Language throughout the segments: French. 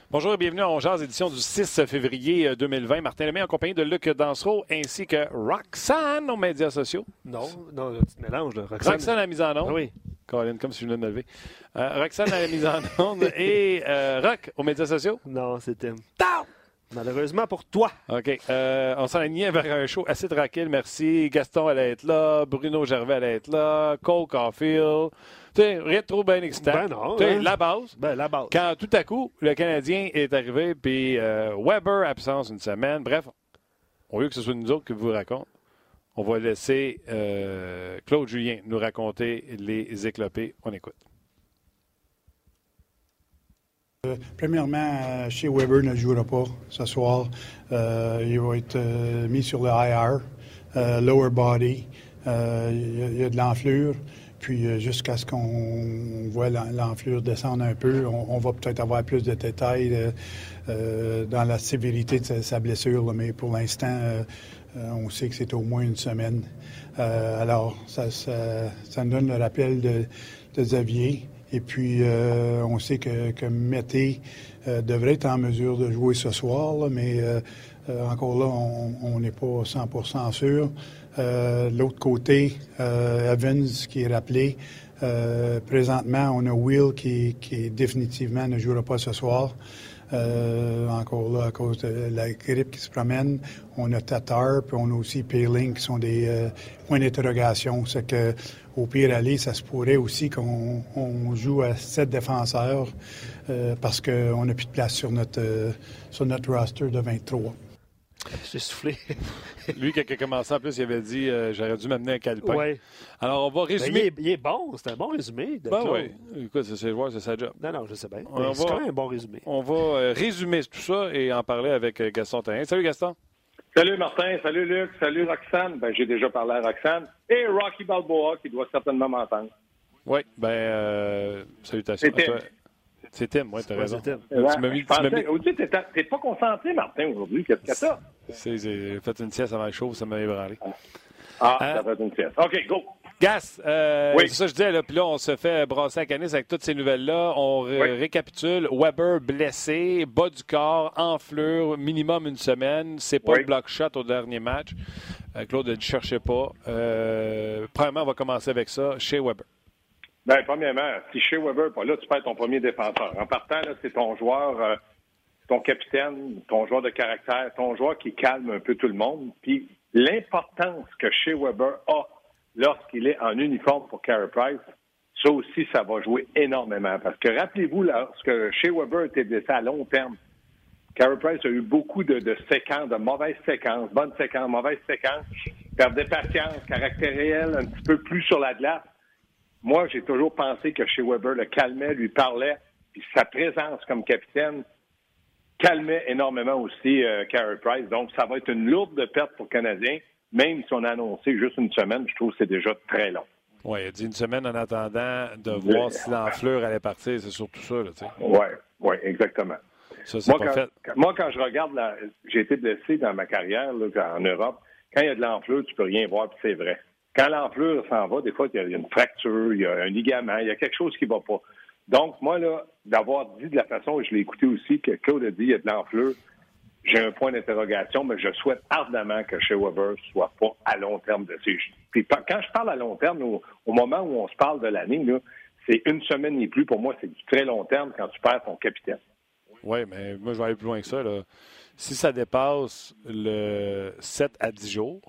Bonjour et bienvenue à On Jase, édition du 6 février 2020. Martin Lemay en compagnie de Luc Dansereau ainsi que Roxane aux médias sociaux. Non, tu te mélanges. Là. Roxane à la mise en onde. Ah oui. Colin, comme si je venais de me lever. Roxane à la mise en onde et Rock aux médias sociaux. Non, c'est Tim. Malheureusement pour toi. OK. On s'en alignait vers un show assez tranquille, merci. Gaston allait être là, Bruno Gervais allait être là, Cole Caulfield. Tu sais, rien de trop bien excitant. Ben non. Tu sais, hein? la base. Ben, la base. Quand tout à coup, le Canadien est arrivé, puis Weber, absence une semaine. Bref, au lieu que ce soit nous autres qui vous raconte, on va laisser Claude Julien nous raconter les éclopés. On écoute. Premièrement, chez Weber ne jouera pas ce soir. Il va être mis sur le IR, lower body. Il y a de l'enflure. Puis jusqu'à ce qu'on voit l'enflure descendre un peu, on va peut-être avoir plus de détails dans la sévérité de sa blessure. Là, mais pour l'instant, on sait que c'est au moins une semaine. Alors, ça nous donne le rappel de Xavier. Et puis, on sait que Mété devrait être en mesure de jouer ce soir, là, mais encore là, on n'est pas 100% sûr. De l'autre côté, Evans qui est rappelé. Présentement, on a Will qui définitivement ne jouera pas ce soir. Encore là, à cause de la grippe qui se promène. On a Tatar, puis on a aussi Peeling qui sont des points d'interrogation. C'est que au pire aller, ça se pourrait aussi qu'on joue à 7 défenseurs parce qu'on n'a plus de place sur notre roster de 23. J'ai soufflé. Lui, quand il a commencé, en plus, il avait dit j'aurais dû m'amener un calepin. Ouais. Alors, on va résumer. Il est bon. C'est un bon résumé. Ben oui. Écoute, c'est ses joueurs, c'est sa job. Non, je sais bien. C'est quand même un bon résumé. On va résumer tout ça et en parler avec Gaston Terrien. Salut, Gaston. Salut Martin, salut Luc, salut Roxane. Ben, j'ai déjà parlé à Roxane. Et Rocky Balboa, qui doit certainement m'entendre. Oui, salutations à toi. C'est Tim, oui, t'as raison. Tu m'as mis... T'es pas concentré, Martin, aujourd'hui. Qu'est-ce que ça? J'ai fait une sieste avant le show, ça m'a ébranlé. T'as fait une sieste. OK, go! Gas, oui. c'est ça que je disais, là, puis là, on se fait brasser à canis avec toutes ces nouvelles-là. On récapitule. Weber blessé, bas du corps, enflure, minimum une semaine. C'est pas le block shot au dernier match. Claude ne cherchait pas. Premièrement, on va commencer avec ça, chez Weber. Bien, premièrement, si chez Weber, là, tu perds ton premier défenseur. En partant, là, c'est ton joueur, ton capitaine, ton joueur de caractère, ton joueur qui calme un peu tout le monde. Puis l'importance que chez Weber a lorsqu'il est en uniforme pour Carey Price, ça aussi, ça va jouer énormément. Parce que rappelez-vous, lorsque chez Weber était blessé à long terme, Carey Price a eu beaucoup de séquences, de mauvaises séquences, bonnes séquences, mauvaises séquences, perdait patience, caractère réel, un petit peu plus sur la glace. Moi, j'ai toujours pensé que chez Weber le calmait, lui parlait, puis sa présence comme capitaine calmait énormément aussi Carey Price. Donc, ça va être une lourde perte pour le Canadien, même si on a annoncé juste une semaine. Je trouve que c'est déjà très long. Oui, il a dit une semaine en attendant de voir si l'enflure allait partir. C'est surtout ça, là, tu sais. Oui, exactement. Ça, c'est pas fait. Moi, quand je regarde, j'ai été blessé dans ma carrière là, en Europe. Quand il y a de l'enflure, tu peux rien voir, puis c'est vrai. Quand l'enflure s'en va, des fois, il y a une fracture, il y a un ligament, il y a quelque chose qui ne va pas. Donc, moi, là, d'avoir dit de la façon, et je l'ai écouté aussi, que Claude a dit il y a de l'enflure, j'ai un point d'interrogation, mais je souhaite ardemment que chez Weber ne soit pas à long terme de ces jeux. Puis quand je parle à long terme, au moment où on se parle de l'année, là, c'est une semaine et plus. Pour moi, c'est du très long terme quand tu perds ton capitaine. Oui, mais moi, je vais aller plus loin que ça, là. Si ça dépasse le 7 à 10 jours,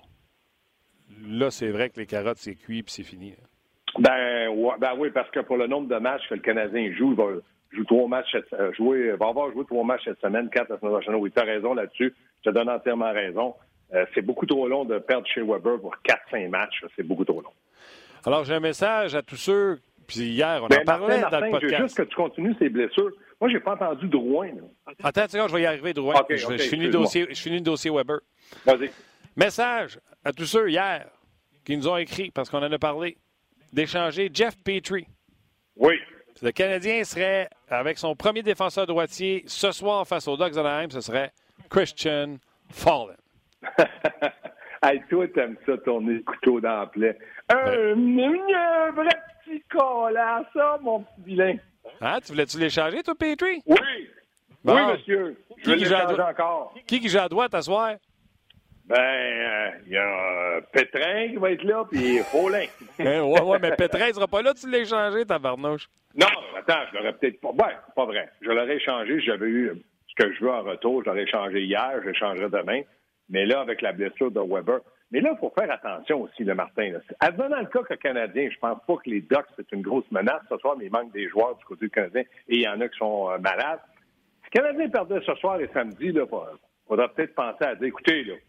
là, c'est vrai que les carottes, c'est cuit puis c'est fini. Là. Oui, parce que pour le nombre de matchs que le Canadien joue, il va jouer 3 matchs, va avoir joué 3 matchs cette semaine, 4 la semaine prochaine. Oui, tu as raison là-dessus. Je te donne entièrement raison. C'est beaucoup trop long de perdre chez Weber pour 4-5 matchs. C'est beaucoup trop long. Alors, j'ai un message à tous ceux. Puis hier, on en parlait dans le podcast. Je veux juste que tu continues ces blessures. Moi, j'ai pas entendu Drouin. Là. Attends, je vais y arriver, Drouin. Je finis le dossier Weber. Vas-y. Message à tous ceux hier qui nous ont écrit, parce qu'on en a parlé, d'échanger Jeff Petrie. Oui. Le Canadien serait, avec son premier défenseur droitier, ce soir face aux Ducks d'Anaheim, ce serait Christian Fallen. Hey, toi, t'aimes ça, tourner le couteau dans la plaie. Un vrai petit collant, ça, mon petit vilain. Hein, tu voulais-tu l'échanger, toi, Petrie? Oui. Bon. Oui, monsieur. Je vais l'échanger encore. Qui joue à droite à soir? Il y a Pétrin qui va être là, puis Paulin. Ouais, mais Pétrin ne sera pas là, tu l'as échangé, tabarnouche. Non, attends, je l'aurais peut-être pas. Ouais, c'est pas vrai. Je l'aurais échangé, j'avais eu ce que je veux en retour, je l'aurais échangé hier, je l'échangerai demain. Mais là, avec la blessure de Weber. Mais là, il faut faire attention aussi, le Martin. Là. Advenant le cas que Canadien, je pense pas que les Ducks, c'est une grosse menace ce soir, mais il manque des joueurs du côté du Canadien et il y en a qui sont malades. Si le Canadien perdait ce soir et samedi, il faudra peut-être penser à dire, écoutez, là,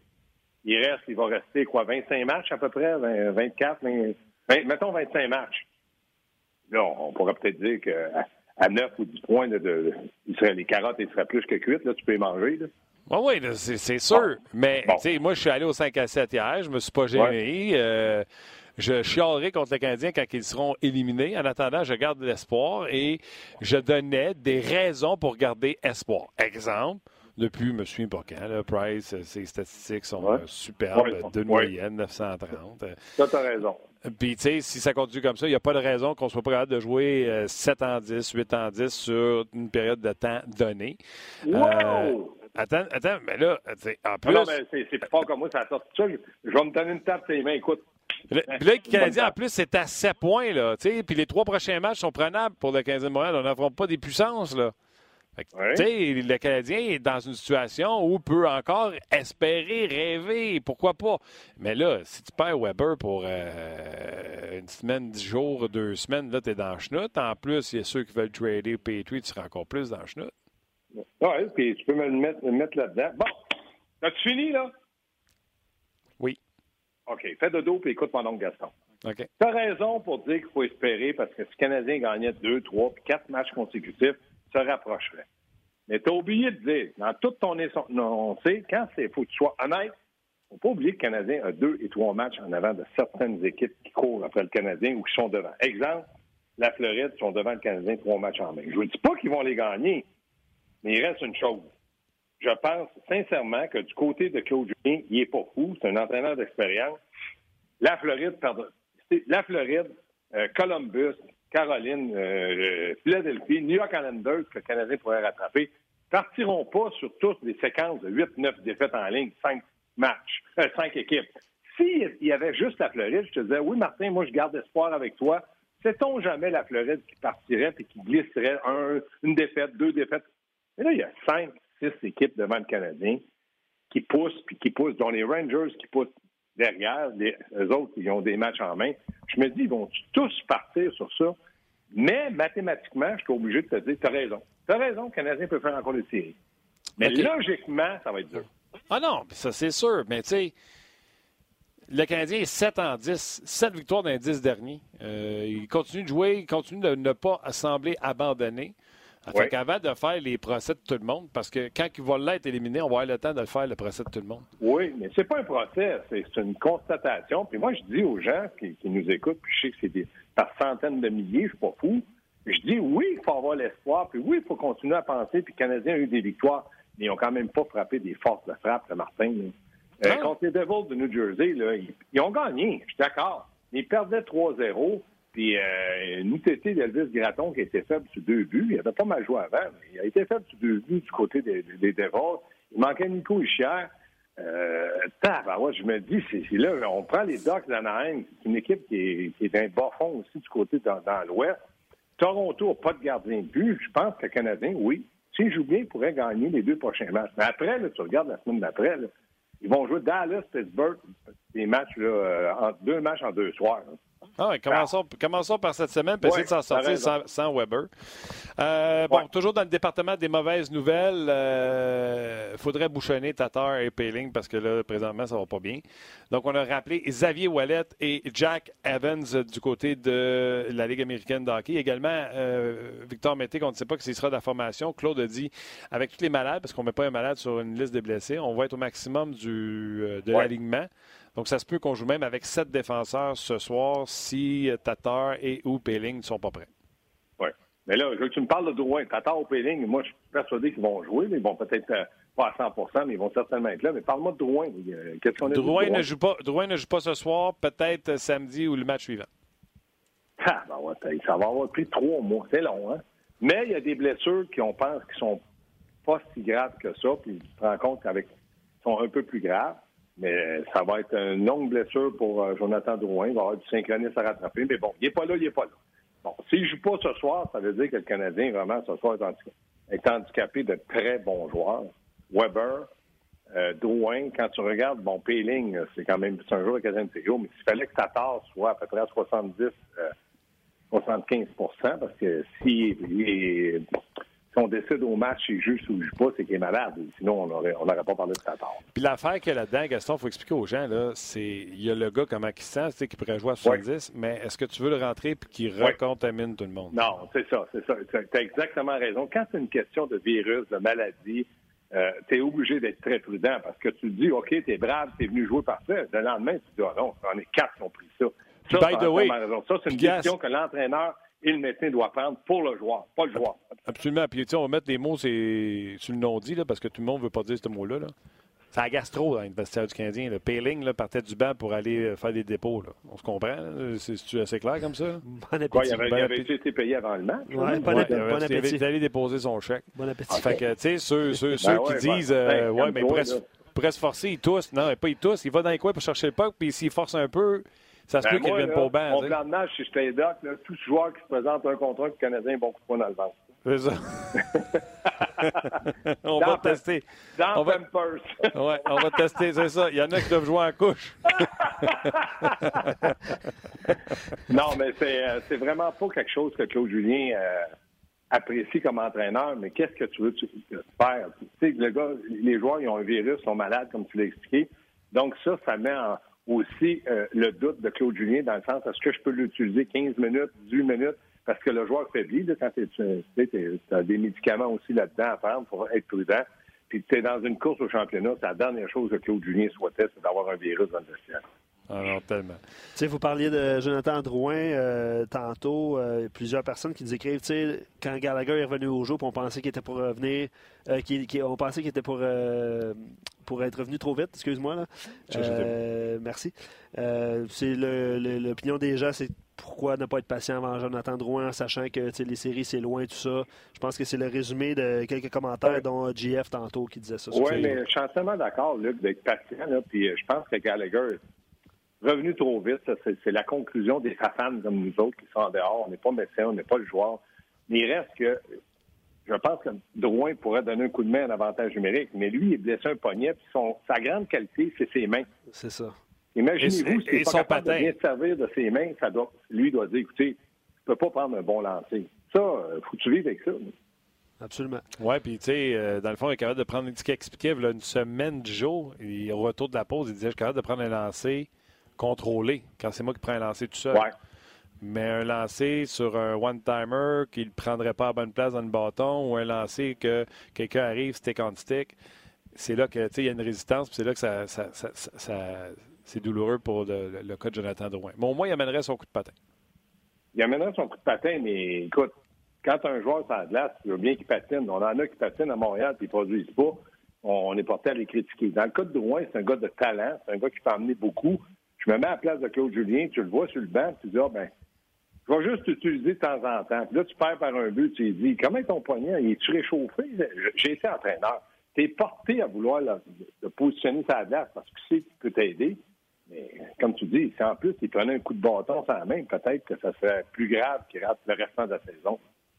il va rester 25 matchs à peu près, 24, mettons 25 matchs. Là, on pourrait peut-être dire qu'à 9 ou 10 points, les carottes, ils seraient plus que cuites, là, tu peux les manger. Là. Oui, c'est sûr. Bon. Mais moi, je suis allé au 5-7 hier, je me suis pas gêné. Ouais. Je chialerai contre les Canadiens quand ils seront éliminés. En attendant, je garde l'espoir et je donnais des raisons pour garder espoir. Exemple, depuis, je me souviens pas quand, là, Price, ses statistiques sont superbes, de moyenne, 930. Ça, tu as raison. Puis, tu sais, si ça continue comme ça, il n'y a pas de raison qu'on ne soit pas capable de jouer 7 en 10, 8 en 10 sur une période de temps donnée. Wow! Attends, mais là, en plus... Non, mais c'est pas comme moi, ça sort tout ça. Je vais me donner une tape sur les mains, écoute. Puis là, le Canadien, en plus, c'est à 7 points, là, tu sais, puis les 3 prochains matchs sont prenables pour le Canadien de Montréal. On n'affronte pas des puissances, là. Tu sais, le Canadien est dans une situation où il peut encore espérer, rêver, pourquoi pas. Mais là, si tu perds Weber pour une semaine, 10 jours, 2 semaines, là, t'es dans le chenoute. En plus, il y a ceux qui veulent trader Patriot, tu seras encore plus dans le chenoute. Oui, puis tu peux me le mettre là-dedans. Bon, as-tu fini, là? Oui. OK, fais dodo, puis écoute mon oncle Gaston. OK. Tu as raison pour dire qu'il faut espérer, parce que si le Canadien gagnait 2, 3, puis 4 matchs consécutifs, se rapprocherait. Mais tu as oublié de dire, dans toute ton énoncé, quand il faut que tu sois honnête, il ne faut pas oublier que le Canadien a 2 et 3 matchs en avant de certaines équipes qui courent après le Canadien ou qui sont devant. Exemple, la Floride sont devant le Canadien 3 matchs en main. Je ne dis pas qu'ils vont les gagner, mais il reste une chose. Je pense sincèrement que du côté de Claude Julien, il n'est pas fou, c'est un entraîneur d'expérience. La Floride, Columbus, Caroline, Philadelphie, New York Islanders, que le Canadien pourrait rattraper, partiront pas sur toutes les séquences de 8-9 défaites en ligne, 5 matchs, 5 équipes. S'il y avait juste la Floride, je te disais, oui, Martin, moi, je garde espoir avec toi. Sait-on jamais la Floride qui partirait et qui glisserait une défaite, 2 défaites? Mais là, il y a 5, 6 équipes devant le Canadien qui poussent, dont les Rangers qui poussent derrière, eux autres qui ont des matchs en main. Je me dis, ils vont tous partir sur ça. Mais mathématiquement, je suis obligé de te dire, tu as raison. Tu as raison, le Canadien peut faire encore des séries. Mais logiquement, ça va être dur. Ah non, ça c'est sûr. Mais tu sais, le Canadien est 7 en 10, 7 victoires dans les 10 derniers. Il continue de jouer, il continue de ne pas sembler abandonner. Fait qu'avant de faire les procès de tout le monde, parce que quand il va l'être éliminé, on va avoir le temps de le faire, le procès de tout le monde. Oui, mais c'est pas un procès, c'est une constatation. Puis moi, je dis aux gens qui nous écoutent, puis je sais que c'est par centaines de milliers, je suis pas fou, je dis oui, il faut avoir l'espoir, puis oui, il faut continuer à penser, puis les Canadiens ont eu des victoires, mais ils n'ont quand même pas frappé des forces de frappe, le Martin. Contre les Devils de New Jersey, là, ils ont gagné, je suis d'accord. Ils perdaient 3-0. Puis, nous, c'était d'Elvis Gratton qui était faible sur 2 buts. Il avait pas mal joué avant, mais il a été faible sur 2 buts du côté des Devils. Il manquait Nico Hischier. Je me dis, c'est là, on prend les Ducks d'Anaheim. C'est une équipe qui est d'un bas fond aussi du côté dans l'Ouest. Toronto n'a pas de gardien de but. Je pense que le Canadien, oui, s'il joue bien, il pourrait gagner les 2 prochains matchs. Mais après, là, tu regardes la semaine d'après, là, ils vont jouer Dallas, Pittsburgh, des matchs, là, 2 matchs en 2 soirs. Là. Ah oui, commençons par cette semaine, puis essayer de s'en sortir sans Weber. Toujours dans le département des mauvaises nouvelles, faudrait bouchonner Tatar et Poehling parce que là, présentement, ça va pas bien. Donc, on a rappelé Xavier Ouellet et Jack Evans du côté de la Ligue américaine de hockey. Également, Victor Mété, qu'on ne sait pas s'il sera de la formation. Claude a dit, avec tous les malades, parce qu'on ne met pas un malade sur une liste de blessés, on va être au maximum de l'alignement. Donc, ça se peut qu'on joue même avec 7 défenseurs ce soir si Tatar et ou Poehling ne sont pas prêts. Oui. Mais là, tu me parles de Drouin. Tatar ou Poehling, moi, je suis persuadé qu'ils vont jouer. Mais ils vont peut-être pas à 100%, mais ils vont certainement être là. Mais parle-moi de Drouin. Qu'est-ce qu'on a Drouin ne joue pas ce soir, peut-être samedi ou le match suivant. Ça va avoir pris 3 mois. C'est long, hein? Mais il y a des blessures qu'on pense qui sont pas si graves que ça, puis tu te rends compte qu'avec ils sont un peu plus graves, mais ça va être une longue blessure pour Jonathan Drouin. Il va avoir du synchronisme à rattraper, mais bon, il n'est pas là. Bon, s'il ne joue pas ce soir, ça veut dire que le Canadien, vraiment, ce soir, est handicapé de très bons joueurs. Weber, Drouin, quand tu regardes, bon, Péling, c'est quand même un joueur de Canadien de Théo, mais s'il fallait que Tatar soit à peu près à 75 parce que si on décide au match s'il joue ou il joue pas, c'est qu'il est malade. Sinon, on n'aurait pas parlé de Tatar. Puis l'affaire qu'il y a là-dedans, Gaston, il faut expliquer aux gens, là, il y a le gars comment il se sent, tu sais, qui pourrait jouer à 70, mais est-ce que tu veux le rentrer et qu'il recontamine tout le monde? Non, c'est ça. Tu as exactement raison. Quand c'est une question de virus, de maladie, tu es obligé d'être très prudent parce que tu te dis, OK, t'es brave, t'es venu jouer parfait. Le lendemain, tu te dis, oh non, on est 4 qui ont pris ça. By the way, ça, c'est une décision que l'entraîneur et le médecin doivent prendre pour le joueur, pas le joueur. Absolument. Puis, tu sais, on va mettre des mots sur le non-dit, là, parce que tout le monde ne veut pas dire ce mot-là. Là. C'est la gastro dans l'Université du Canadien. Le Péling là, partait du banc pour aller faire des dépôts. Là. On se comprend? C'est assez clair comme ça? Bon appétit. Il avait été payé avant le match. Bon appétit. Il avait allé déposer son chèque. Bon appétit. Fait que, tu sais, ceux qui disent mais il pourrait se forcer, il tousse. Non, pas il tousse. Il va dans les coins pour chercher le puck, puis s'il force un peu, ça se peut qu'il ne vienne pas au banc. Mon plan de match, si je t'ai doc, tout joueur qui se présente un contre un, le Canadien, bon coup de poing dans le ventre. C'est ça. On va tester. On va tester, c'est ça. Il y en a qui doivent jouer en couche. Non, mais c'est vraiment pas quelque chose que Claude Julien apprécie comme entraîneur, mais qu'est-ce que tu veux faire? Tu sais, le gars, les joueurs, ils ont un virus, sont malades, comme tu l'as expliqué. Donc ça met aussi le doute de Claude Julien dans le sens, est-ce que je peux l'utiliser 15 minutes, 18 minutes? Parce que le joueur faiblit, là, quand tu as des médicaments aussi là-dedans à prendre pour être prudent. Puis tu es dans une course au championnat, c'est la dernière chose que Claude Julien souhaitait, c'est d'avoir un virus dans le vestiaire. Ah non, tellement. Tu sais, vous parliez de Jonathan Drouin tantôt. Plusieurs personnes qui nous écrivent, tu sais, quand Gallagher est revenu au jeu, on pensait qu'il était pour revenir, on pensait qu'il était pour être revenu trop vite, excuse-moi. Là. Merci. C'est l'opinion des gens, c'est pourquoi ne pas être patient avant Jonathan Drouin en sachant que les séries, c'est loin, tout ça. Je pense que c'est le résumé de quelques commentaires, dont JF tantôt qui disait ça. Oui, mais je suis entièrement d'accord, Luc, d'être patient. Là, puis je pense que Gallagher revenu trop vite, ça, c'est la conclusion des fans comme nous autres qui sont en dehors. On n'est pas médecin, on n'est pas le joueur. Mais il reste que je pense que Drouin pourrait donner un coup de main en avantage numérique, mais lui, il est blessé un poignet, puis sa grande qualité, c'est ses mains. C'est ça. Imaginez-vous, s'il n'est pas capable patin. de bien se servir de ses mains, lui doit dire, écoutez, je peux pas prendre un bon lancer. Ça, faut que tu vives avec ça. Absolument. Oui, puis tu sais, dans le fond, il est capable de prendre, ce qu'il expliquait, là, une semaine du jour, et au retour de la pause, il disait, je suis capable de prendre un lancer contrôlé, quand c'est moi qui prends un lancer tout seul. Ouais. Mais un lancer sur un one-timer qu'il ne prendrait pas à bonne place dans le bâton ou un lancer que quelqu'un arrive stick on stick, c'est là que il y a une résistance, puis c'est là que c'est douloureux pour le cas de Jonathan Drouin. Mais au moins, il amènerait son coup de patin. Il amènerait son coup de patin, mais écoute, quand un joueur sur la glace, il veut bien qu'il patine. On en a qui patinent à Montréal et ils ne produisent pas. On est porté à les critiquer. Dans le cas de Drouin, c'est un gars de talent, c'est un gars qui peut emmener beaucoup. Je me mets à la place de Claude Julien, tu le vois sur le banc, tu dis, je vais juste t'utiliser de temps en temps. Puis là, tu perds par un but, tu lui dis, comment est ton poignet? Es-tu réchauffé? J'ai été entraîneur. Tu es porté à vouloir le positionner sur la glace parce que tu sais qu'il peut t'aider. Mais comme tu dis, si en plus il prenait un coup de bâton sans la main, peut-être que ça serait plus grave qu'il rate le restant de la saison.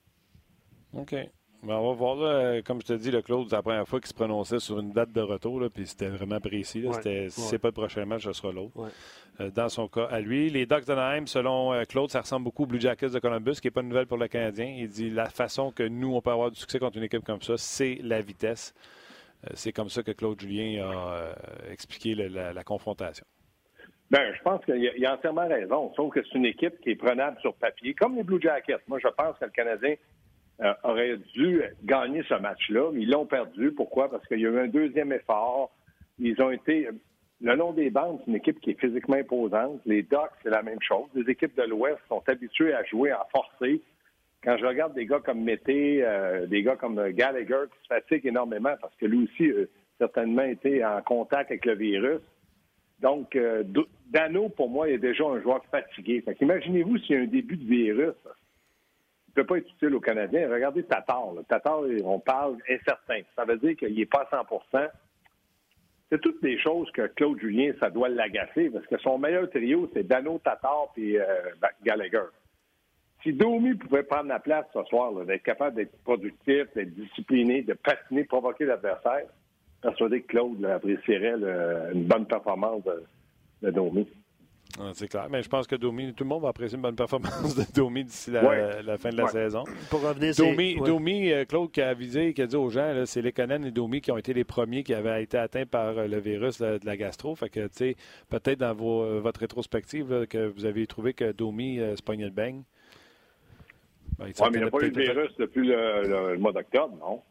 OK. Ben, on va voir, là, comme je te dis, le Claude, c'est la première fois qu'il se prononçait sur une date de retour, là, puis c'était vraiment précis. Là, si c'est pas le prochain match, ce sera l'autre. Ouais. Dans son cas, à lui, les Ducks d'Anaheim, selon Claude, ça ressemble beaucoup aux Blue Jackets de Columbus, qui n'est pas une nouvelle pour le Canadien. Il dit la façon que nous, on peut avoir du succès contre une équipe comme ça, c'est la vitesse. C'est comme ça que Claude Julien a expliqué la confrontation. Bien, je pense qu'il a entièrement raison. Sauf que c'est une équipe qui est prenable sur papier, comme les Blue Jackets. Moi, je pense que le Canadien aurait dû gagner ce match-là, mais ils l'ont perdu. Pourquoi? Parce qu'il y a eu un deuxième effort. Ils ont été... Le long des bandes, c'est une équipe qui est physiquement imposante. Les Ducks, c'est la même chose. Les équipes de l'Ouest sont habituées à jouer en forcé. Quand je regarde des gars comme Mété, des gars comme Gallagher qui se fatiguent énormément parce que lui aussi a certainement été en contact avec le virus. Donc, Dano, pour moi, est déjà un joueur fatigué. Fait qu'imaginez-vous s'il y a un début de virus. peut pas être utile aux Canadiens. Regardez Tatar. Là. Tatar, on parle incertain. Ça veut dire qu'il n'est pas à 100%. C'est toutes des choses que Claude Julien, ça doit l'agacer, parce que son meilleur trio, c'est Dano, Tatar et Gallagher. Si Domi pouvait prendre la place ce soir, là, d'être capable d'être productif, d'être discipliné, de patiner, provoquer l'adversaire, persuadé que Claude apprécierait une bonne performance de Domi. Ah, c'est clair. Mais je pense que Domi, tout le monde va apprécier une bonne performance de Domi d'ici la fin de la saison. Pour revenir, Domi, Claude qui a avisé, qui a dit aux gens, là, c'est Lekonen et Domi qui ont été les premiers qui avaient été atteints par le virus de la gastro. Fait que, tu sais, peut-être dans votre rétrospective là, que vous avez trouvé que Domi se pognait le beigne. Ben, mais il n'y a pas eu de virus depuis le mois d'octobre, non?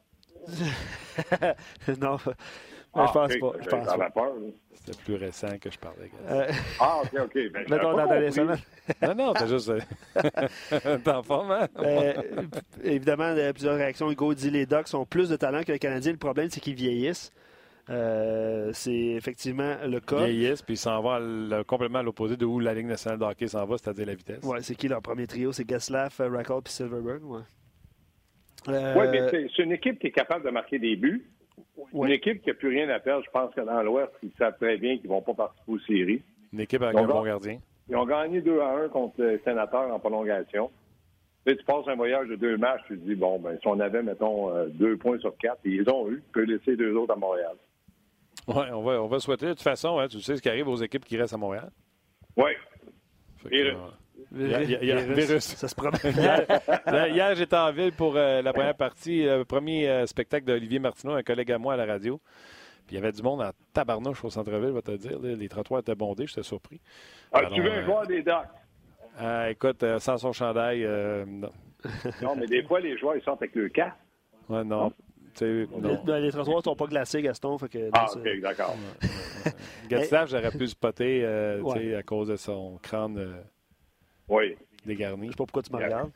Non. Je pense pas. Peur, c'était plus récent que je parlais. OK. Ben, mettons dans les semaines. Non, t'as juste... T'es en forme, hein? Évidemment, plusieurs réactions. Hugo dit les Ducks ont plus de talent que les Canadiens. Le problème, c'est qu'ils vieillissent. C'est effectivement le cas. Ils vieillissent, puis ils s'en vont complètement à l'opposé de où la Ligue nationale de hockey s'en va, c'est-à-dire la vitesse. Oui, c'est qui leur premier trio? C'est Getzlaf, Rackle puis Silverberg, Oui, mais c'est une équipe qui est capable de marquer des buts. Une équipe qui n'a plus rien à perdre. Je pense que dans l'Ouest, ils savent très bien qu'ils ne vont pas participer aux séries. Une équipe avec un bon gardien. Ils ont gagné 2-1 contre les Sénateurs en prolongation. Tu passes un voyage de 2 matchs, tu te dis, bon, ben si on avait, mettons, 2 points sur 4, ils ont eu, tu peux laisser 2 autres à Montréal. Oui, on va souhaiter. De toute façon, hein, tu sais ce qui arrive aux équipes qui restent à Montréal. Oui. Virus. Ça se promet. Hier, j'étais en ville pour la première partie, le premier spectacle d'Olivier Martineau, un collègue à moi à la radio. Puis il y avait du monde en tabarnouche au centre-ville, je vais te dire. Là, les trottoirs étaient bondés, j'étais surpris. Tu veux un joueur des Ducks? Écoute, sans son chandail, non. Non, mais des fois, les joueurs, ils sortent avec le casque. Ouais, non. Non. Les trottoirs ne sont pas glacés, Gaston. Fait que, OK, d'accord. Getzlaf, j'aurais pu le spotter à cause de son crâne dégarni. Je sais pas pourquoi tu me regardes.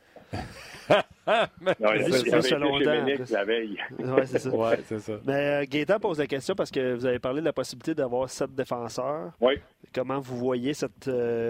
Non, il y avait chez Ménic la veille. Oui, c'est ça. Ouais, c'est ça. Mais Gaétan pose la question parce que vous avez parlé de la possibilité d'avoir 7 défenseurs. Oui. Comment vous voyez cette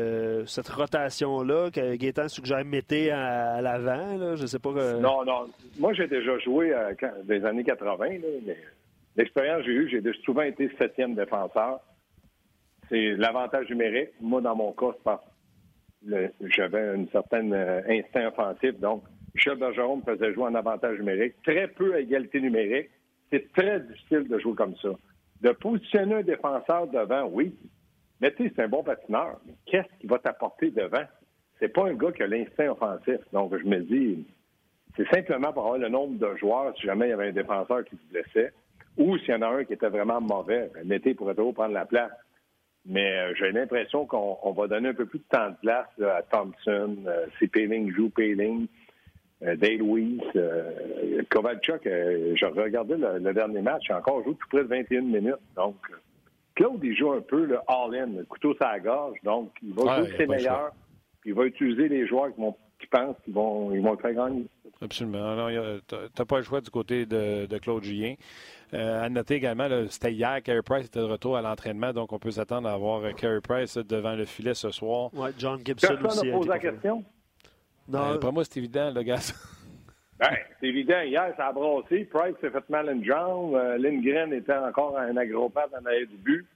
rotation-là que Gaétan suggère mettez à l'avant? Là? Je ne sais pas. Non. Moi, j'ai déjà joué des années 80. Là, mais l'expérience que j'ai eue, j'ai souvent été 7e défenseur. C'est l'avantage numérique. Moi, dans mon cas, c'est parce que j'avais une certaine instinct offensif. Donc, Michel Bergeron me faisait jouer en avantage numérique. Très peu à égalité numérique. C'est très difficile de jouer comme ça. De positionner un défenseur devant, oui. Mais tu sais, c'est un bon patineur. Mais qu'est-ce qu'il va t'apporter devant? C'est pas un gars qui a l'instinct offensif. Donc, je me dis, c'est simplement pour avoir le nombre de joueurs, si jamais il y avait un défenseur qui se blessait, ou s'il y en a un qui était vraiment mauvais, Mété pourrait toujours prendre la place. Mais j'ai l'impression qu'on va donner un peu plus de temps de place là, à Thompson, si Poehling joue Poehling, Dale Weiss, Kovalchuk. Je regardais le dernier match, il a encore joué tout près de 21 minutes. Donc, Claude, il joue un peu le all-in, le couteau sur la gorge. Donc, il va jouer ses meilleurs, puis il va utiliser les joueurs qui pensent qu'ils vont le faire gagner. Absolument. Tu n'as pas le choix du côté de Claude Julien. À noter également, c'était hier, Carey Price était de retour à l'entraînement, donc on peut s'attendre à voir Carey Price devant le filet ce soir. Oui, John Gibson aussi. Personne n'a posé la question? Non. Pour moi, c'est évident, le gars. C'est évident. Hier, ça a brassé. Price s'est fait mal à une jambe. Lindgren était encore un agropathe en arrière du but.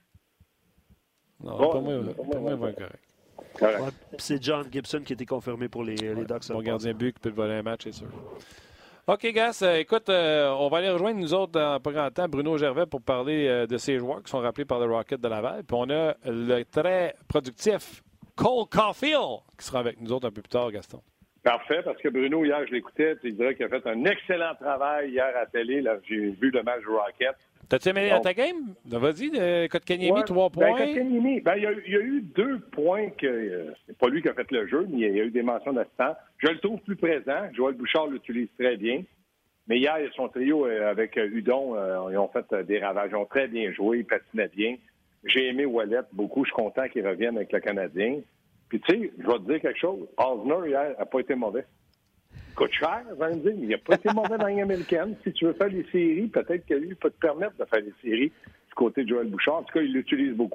Non, pour moi, correct. Ouais, c'est John Gibson qui a été confirmé pour les Ducks. Bon gardien but qui peut te voler un match, c'est sûr. OK, Gas, écoute, on va aller rejoindre nous autres dans pas grand temps, Bruno Gervais, pour parler de ces joueurs qui sont rappelés par le Rocket de Laval. Puis on a le très productif Cole Caulfield qui sera avec nous autres un peu plus tard, Gaston. Parfait, parce que Bruno, hier, je l'écoutais, tu dirais qu'il a fait un excellent travail hier à la télé. Là, j'ai vu le match du Rocket. T'as-tu aimé ta game? Vas-y, Kotkaniemi, 3 points. Kotkaniemi, il y a eu 2 points que c'est pas lui qui a fait le jeu, mais il y a eu des mentions d'assistants. Je le trouve plus présent. Joël Bouchard l'utilise très bien. Mais hier, son trio avec Hudon, ils ont fait des ravages. Ils ont très bien joué, ils patinaient bien. J'ai aimé Ouellet beaucoup. Je suis content qu'il revienne avec le Canadien. Puis tu sais, je vais te dire quelque chose. Osner, hier, n'a pas été mauvais. Il coûte cher, je vais me dire, mais il n'a pas été mauvais dans la Ligue américaine. Si tu veux faire les séries, peut-être que lui peut te permettre de faire les séries du côté de Joël Bouchard. En tout cas, il l'utilise beaucoup.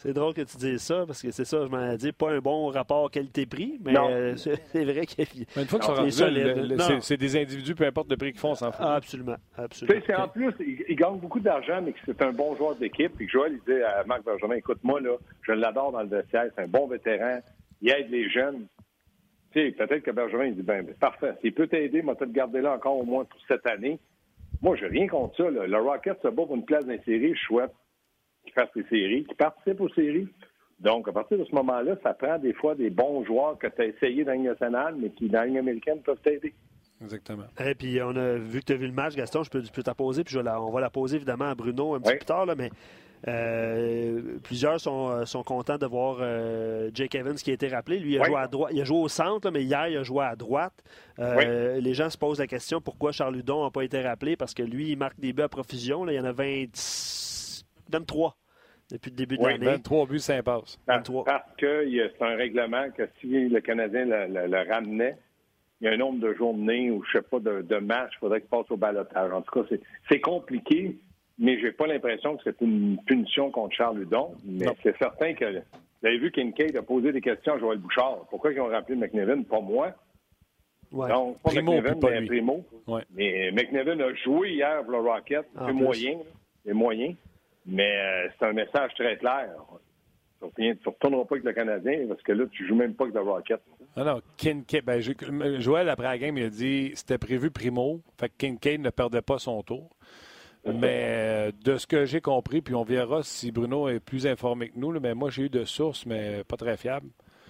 C'est drôle que tu dises ça, parce que c'est ça, je m'en ai dit, pas un bon rapport qualité-prix, mais c'est vrai qu'il y a... Une fois qu'ils sont rendus, c'est des individus, peu importe le prix qu'ils font, on s'en fout. Absolument, absolument. En plus, ils gagnent beaucoup d'argent, mais que c'est un bon joueur d'équipe. Puis Joël, il dit à Marc Bergevin, écoute-moi, là, je l'adore dans le vestiaire, c'est un bon vétéran, il aide les jeunes. Tu sais, peut-être que Bergevin, il dit, ben parfait, s'il peut t'aider, moi, te le garder là encore au moins pour cette année. Moi, j'ai rien contre ça, là. Le Rocket se bat pour une place dans les séries, je souhaite qu'il fasse les séries, qu'il participe aux séries. Donc, à partir de ce moment-là, ça prend des fois des bons joueurs que tu as essayé dans la Ligue nationale, mais qui, dans la Ligue américaine, peuvent t'aider. Exactement. Et puis, on a vu que tu as vu le match, Gaston, je peux t'en poser, puis on va la poser évidemment à Bruno un petit peu plus tard, là, mais plusieurs sont contents de voir Jake Evans qui a été rappelé. Lui, il a joué à droite, il a joué au centre, là, mais hier, il a joué à droite. Les gens se posent la question pourquoi Charles Hudon n'a pas été rappelé, parce que lui, il marque des buts à profusion. Là, il y en a 23 depuis le début de l'année. 23 buts, 5 passes. Parce que c'est un règlement que si le Canadien le ramenait, il y a un nombre de journées ou je sais pas de matchs, il faudrait qu'il passe au ballottage. En tout cas, c'est compliqué, mais j'ai pas l'impression que c'est une punition contre Charles Hudon. Mais c'est certain que vous avez vu Kincaid a posé des questions à Joël Bouchard. Pourquoi ils ont rappelé McNevin? Pas moi. Ouais. Donc, pas Primo, McNevin, pas mais lui. Primo. Ouais. Mais McNevin a joué hier pour le Rocket. C'est moyen. C'est moyen. Mais c'est un message très clair. Tu ne retourneras pas avec le Canadien parce que là, tu joues même pas avec le Rocket. Non, Kincaid. Joël, après la game, il a dit c'était prévu Primo. Fait que Kincaid ne perdait pas son tour. Mais de ce que j'ai compris, puis on verra si Bruno est plus informé que nous, là, mais moi, j'ai eu de sources, mais pas très fiables.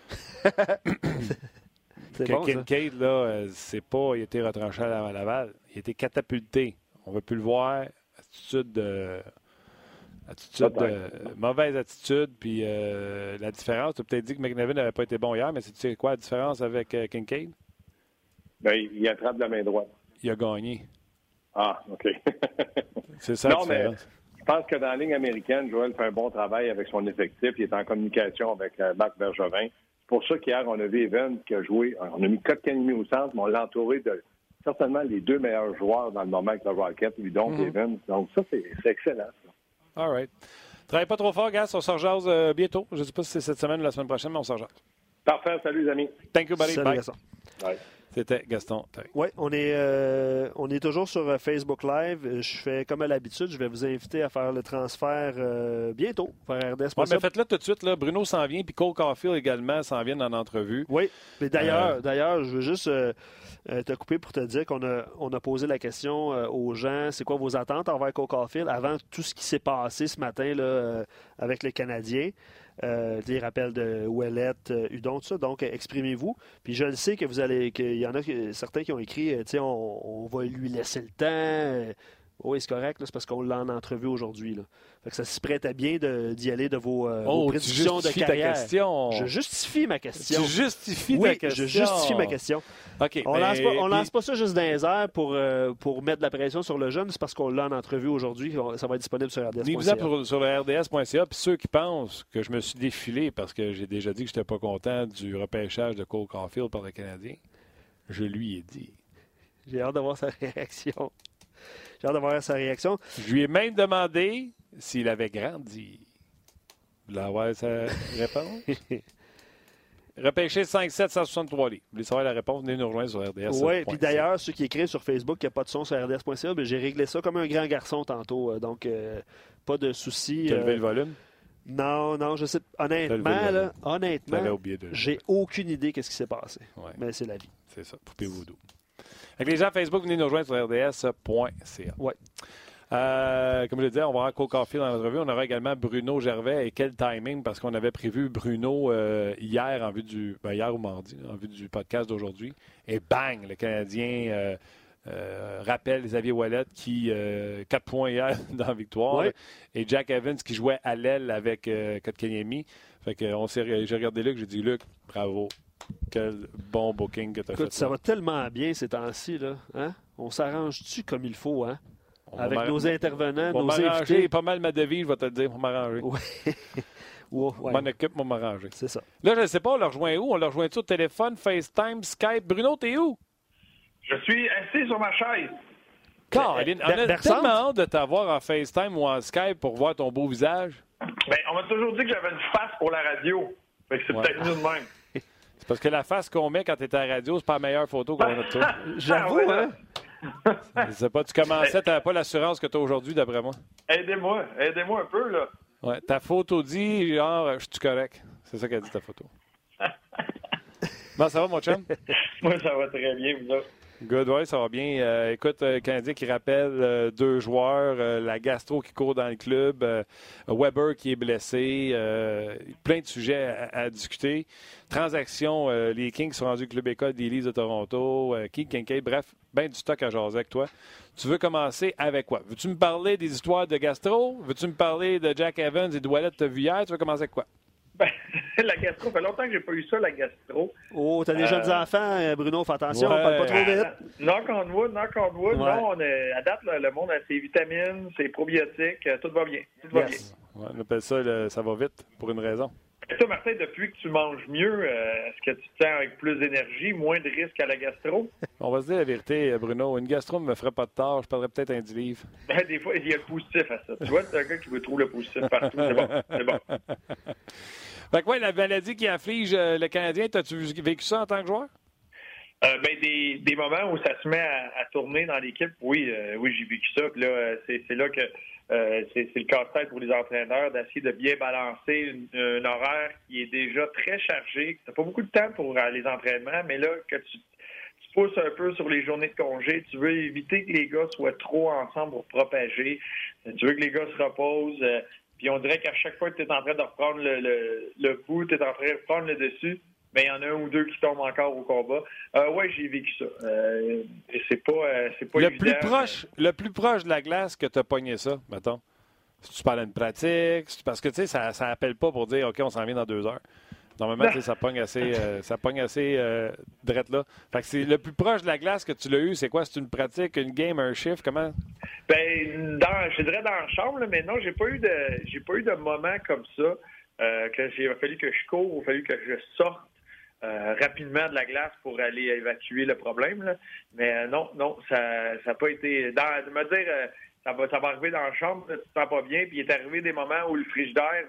Kincaid, là, c'est pas il a été retranché à Laval. Il a été catapulté. On ne veut plus le voir. Mauvaise attitude, puis la différence, tu as peut-être dit que McNevin n'avait pas été bon hier, mais tu sais quoi la différence avec Kincaid? Ben, il attrape la main droite. Il a gagné. Ah, OK. C'est ça la différence. Mais je pense que dans la Ligue américaine, Joël fait un bon travail avec son effectif. Il est en communication avec Marc Bergevin. C'est pour ça qu'hier, on a vu Evans qui a joué. On a mis Kotkaniemi au centre, mais on l'a entouré de certainement les deux meilleurs joueurs dans le moment avec le Rocket, Hudon et Evans. Donc ça, c'est excellent. Ça. All right. Travaille pas trop fort, gars. On se rejase bientôt. Je ne sais pas si c'est cette semaine ou la semaine prochaine, mais on se rejase. Parfait. Salut, les amis. Thank you, buddy. Salut, Bye. Gaston. Bye. C'était Gaston. Oui, on est toujours sur Facebook Live. Je fais comme à l'habitude, je vais vous inviter à faire le transfert bientôt vers RDS. Ouais, mais faites-le tout de suite. Là. Bruno s'en vient, puis Cole Caulfield également s'en vient en entrevue. Oui, mais d'ailleurs, je veux juste te couper pour te dire qu'on a posé la question aux gens, c'est quoi vos attentes envers Cole Caulfield avant tout ce qui s'est passé ce matin là, avec les Canadiens. Des rappels de Ouellette, Hudon, tout ça. Donc, exprimez-vous. Puis je le sais que qu'il y en a certains qui ont écrit, on va lui laisser le temps. Oui, c'est correct, là, c'est parce qu'on l'a en entrevue aujourd'hui. Là. Fait que ça se prête bien d'y aller de vos prédictions de carrière. Ta question. Je justifie ma question. Tu justifies ta question. Je justifie ma question. Okay, on lance pas ça juste dans les airs pour mettre de la pression sur le jeune. C'est parce qu'on l'a en entrevue aujourd'hui. Ça va être disponible sur RDS.ca. Lisez-vous sur le RDS.ca. Puis ceux qui pensent que je me suis défilé parce que j'ai déjà dit que je n'étais pas content du repêchage de Cole Caulfield par le Canadien, je lui ai dit. J'ai hâte de voir sa réaction. J'ai hâte de voir sa réaction. Je lui ai même demandé s'il avait grandi. Vous voulez avoir sa réponse? Repêché 5-7, 163 livres. Vous voulez savoir la réponse? Venez nous rejoindre sur RDS. Oui, puis d'ailleurs, ceux qui écrivent sur Facebook qu'il n'y a pas de son sur RDS.ca, j'ai réglé ça comme un grand garçon tantôt. Donc, pas de souci. Tu as levé le volume? Non, je sais. Honnêtement, j'ai aucune idée de ce qui s'est passé. Ouais. Mais c'est la vie. C'est ça, poupée voodoo. Avec les gens Facebook, venez nous rejoindre sur RDS.ca. Oui. Comme je le disais, on va avoir Cole Caulfield dans l'entrevue. On aura également Bruno Gervais. Et quel timing, parce qu'on avait prévu Bruno hier en vue hier ou mardi, en vue du podcast d'aujourd'hui. Et bang, le Canadien rappelle Xavier Ouellet qui 4 points hier dans la victoire. Oui. Et Jack Evans qui jouait à l'aile avec Kotkaniemi. Fait que j'ai regardé Luc, j'ai dit Luc, bravo. Quel bon booking que tu as fait. Ça va tellement bien ces temps-ci, là. Hein? On s'arrange-tu comme il faut, hein? Avec nos intervenants, nos invités. Pas mal ma devise, je vais te le dire, pour m'arranger. Ouais. Mon équipe, pour m'arranger. C'est ça. Là, je ne sais pas, on le rejoint où? On le rejoint-tu au téléphone, FaceTime, Skype? Bruno, t'es où? Je suis assis sur ma chaise. Caroline, on a tellement hâte de t'avoir en FaceTime ou en Skype pour voir ton beau visage. Ben, on m'a toujours dit que j'avais une face pour la radio. Fait que c'est peut-être mieux de même. C'est parce que la face qu'on met quand tu es à la radio, c'est pas la meilleure photo qu'on a de toi. J'avoue, hein? Je sais pas, tu commençais, tu n'avais pas l'assurance que tu as aujourd'hui, d'après moi. Aidez-moi un peu, là. Ouais, ta photo dit, genre, je suis correct. C'est ça qu'elle dit, ta photo. Bon, ça va, mon chum? Moi, ça va très bien, vous autres. Good, ouais, ça va bien. Écoute, Canadien qui rappelle 2 joueurs, la gastro qui court dans le club, Weber qui est blessé, plein de sujets à discuter. Transaction, les Kings sont rendus club école des Leafs de Toronto, Kincaid, bref, ben du stock à jaser avec toi. Tu veux commencer avec quoi? Veux-tu me parler des histoires de gastro? Veux-tu me parler de Jack Evans et de Ouellet que tu as vu hier? Tu veux commencer avec quoi? Ben, la gastro, ça fait longtemps que j'ai pas eu ça, la gastro. Oh, t'as des jeunes enfants, Bruno, fais attention, parle pas trop vite. Knock on wood. Ouais. Non, à date, là, le monde a ses vitamines, ses probiotiques, tout va bien. Tout va bien. Ouais, on appelle ça, ça va vite, pour une raison. Et toi, Martin, depuis que tu manges mieux, est-ce que tu te sens avec plus d'énergie, moins de risques à la gastro? On va se dire la vérité, Bruno. Une gastro ne me ferait pas de tort. Je prendrais peut-être un 10 livres. Ben, des fois, il y a le positif à ça. Tu vois, c'est un gars qui veut trouver le positif partout. C'est bon. Fait que ouais, la maladie qui afflige le Canadien, as-tu vécu ça en tant que joueur? Des moments où ça se met à tourner dans l'équipe, oui, j'ai vécu ça. Puis là, c'est là que c'est le casse-tête pour les entraîneurs d'essayer de bien balancer un horaire qui est déjà très chargé. Tu n'as pas beaucoup de temps pour les entraînements, mais là, que tu pousses un peu sur les journées de congé, tu veux éviter que les gars soient trop ensemble pour propager. Tu veux que les gars se reposent. Puis on dirait qu'à chaque fois que tu es en train de reprendre le bout, tu es en train de reprendre le dessus, mais il y en a un ou deux qui tombent encore au combat. Oui, j'ai vécu ça. C'est pas évident. Le plus proche de la glace que tu as pogné ça, mettons. Si tu parles d'une pratique, parce que tu sais, ça appelle pas pour dire OK, on s'en vient dans 2 heures. Normalement, tu sais, ça pogne assez drette là. Fait que c'est le plus proche de la glace que tu l'as eu, c'est quoi? C'est une pratique, une game, un chiffre, comment? Ben, je dirais dans la chambre, là, mais non, j'ai pas eu de moment comme ça. Il a fallu que je cours, il a fallu que je sorte rapidement de la glace pour aller évacuer le problème. Là. Mais non, ça n'a pas été. Me dire ça va arriver dans la chambre, tu te sens pas bien, puis il est arrivé des moments où le frigidaire,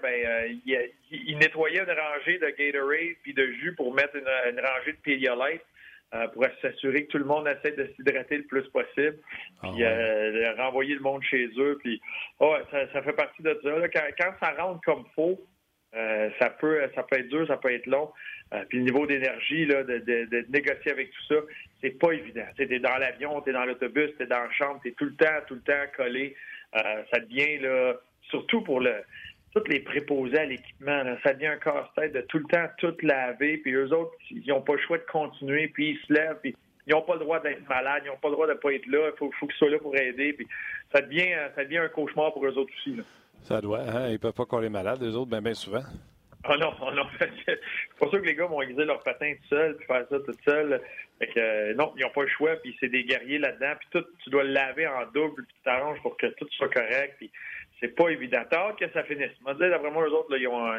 il nettoyait une rangée de Gatorade puis de jus pour mettre une rangée de Pedialyte pour s'assurer que tout le monde essaie de s'hydrater le plus possible, puis renvoyer le monde chez eux. Puis ça fait partie de ça. Là. Quand ça rentre comme faux, ça peut être dur, ça peut être long. Puis le niveau d'énergie, là, de négocier avec tout ça, c'est pas évident. Tu es dans l'avion, tu es dans l'autobus, tu es dans la chambre, tu es tout le temps collé. Ça devient, là, surtout pour tous les préposés à l'équipement, là, ça devient un casse-tête de tout le temps tout laver. Puis eux autres, ils n'ont pas le choix de continuer, puis ils se lèvent, puis ils n'ont pas le droit d'être malades, ils n'ont pas le droit de ne pas être là. Il faut qu'ils soient là pour aider. Puis ça devient un cauchemar pour eux autres aussi. Là. Ça doit, hein? Ils peuvent pas coller malades, eux autres, bien souvent. Oh non. C'est pas sûr que les gars vont aiguiser leur patin tout seul puis faire ça tout seul. Fait que, non, ils n'ont pas le choix, puis c'est des guerriers là-dedans. Puis tout, tu dois le laver en double, puis tu t'arranges pour que tout soit correct. Puis c'est pas évident. T'as hâte que ça finisse. Je me dis, d'après moi, eux autres, là, ils ont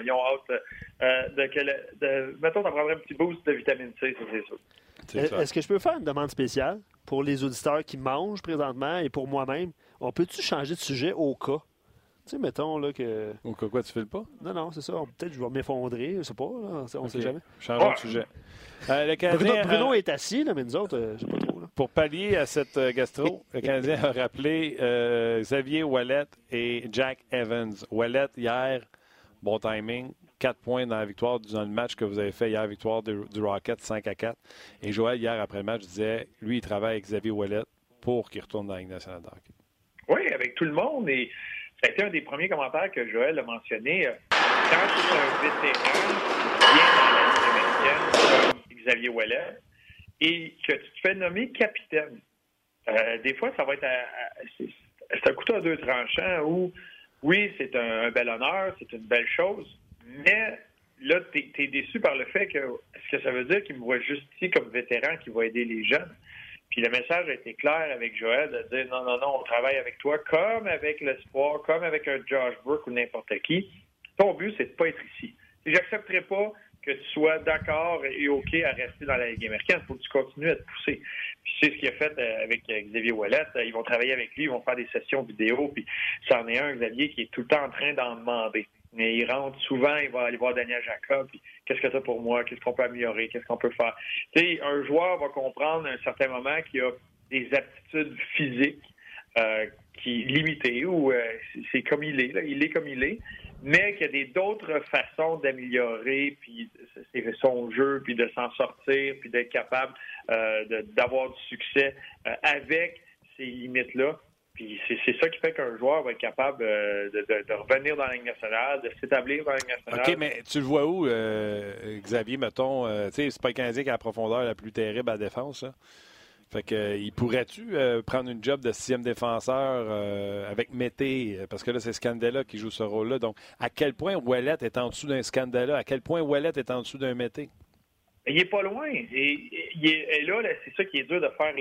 hâte mettons, ça prendrait un petit boost de vitamine C, ça, c'est sûr. Est-ce que je peux faire une demande spéciale pour les auditeurs qui mangent présentement et pour moi-même? On peut-tu changer de sujet au cas? Tu sais, mettons là que. Ou quoi, tu files pas? Non, c'est ça. Peut-être que je vais m'effondrer, je sais pas. Là, on sait jamais. Changeons de sujet. Le Canadien, Bruno est assis, là, mais nous autres, je sais pas trop. Là. Pour pallier à cette gastro, le Canadien a rappelé Xavier Ouellet et Jack Evans. Ouellet, hier, bon timing, 4 points dans la victoire dans le match que vous avez fait hier, victoire du Rocket 5-4. Et Joël, hier, après le match, disait, lui, il travaille avec Xavier Ouellet pour qu'il retourne dans la Ligue nationale de hockey. Oui, avec tout le monde. Et ça a été un des premiers commentaires que Joël a mentionné. Quand tu es un vétéran bien dans la Ligue américaine, comme Xavier Ouellet, et que tu te fais nommer capitaine, des fois, ça va être c'est un couteau à 2 tranchants où, oui, c'est un bel honneur, c'est une belle chose, mais là, tu es déçu par le fait que, est-ce que ça veut dire qu'il me voit juste ici comme vétéran qui va aider les jeunes? Puis le message a été clair avec Joël de dire non, on travaille avec toi comme avec l'Espoir, comme avec un Josh Burke ou n'importe qui. Ton but, c'est de pas être ici. J'accepterai pas que tu sois d'accord et OK à rester dans la Ligue américaine. Il faut que tu continues à te pousser. Puis c'est ce qu'il a fait avec Xavier Ouellet. Ils vont travailler avec lui, ils vont faire des sessions vidéo. Puis c'en est un, Xavier, qui est tout le temps en train d'en demander. Mais il rentre souvent, il va aller voir Daniel Jacob, puis qu'est-ce que c'est pour moi, qu'est-ce qu'on peut améliorer, qu'est-ce qu'on peut faire. Tu sais, un joueur va comprendre à un certain moment qu'il a des aptitudes physiques qui limitées, ou c'est comme il est, là, il est comme il est, mais qu'il y a d'autres façons d'améliorer puis son jeu, puis de s'en sortir, puis d'être capable d'avoir du succès avec ces limites-là. Puis c'est ça qui fait qu'un joueur va être capable de revenir dans la Ligue nationale, de s'établir dans la Ligue nationale. OK, mais tu le vois où, Xavier, mettons, tu sais, c'est pas le Canadien qui a la profondeur la plus terrible à la défense, là. Fait que, il pourrait-tu prendre une job de 6e défenseur avec Mété? Parce que là, c'est Scandella qui joue ce rôle-là. Donc, à quel point Ouellet est en dessous d'un Scandella? À quel point Ouellet est en dessous d'un Mété? Il est pas loin. Et là, c'est ça qui est dur de faire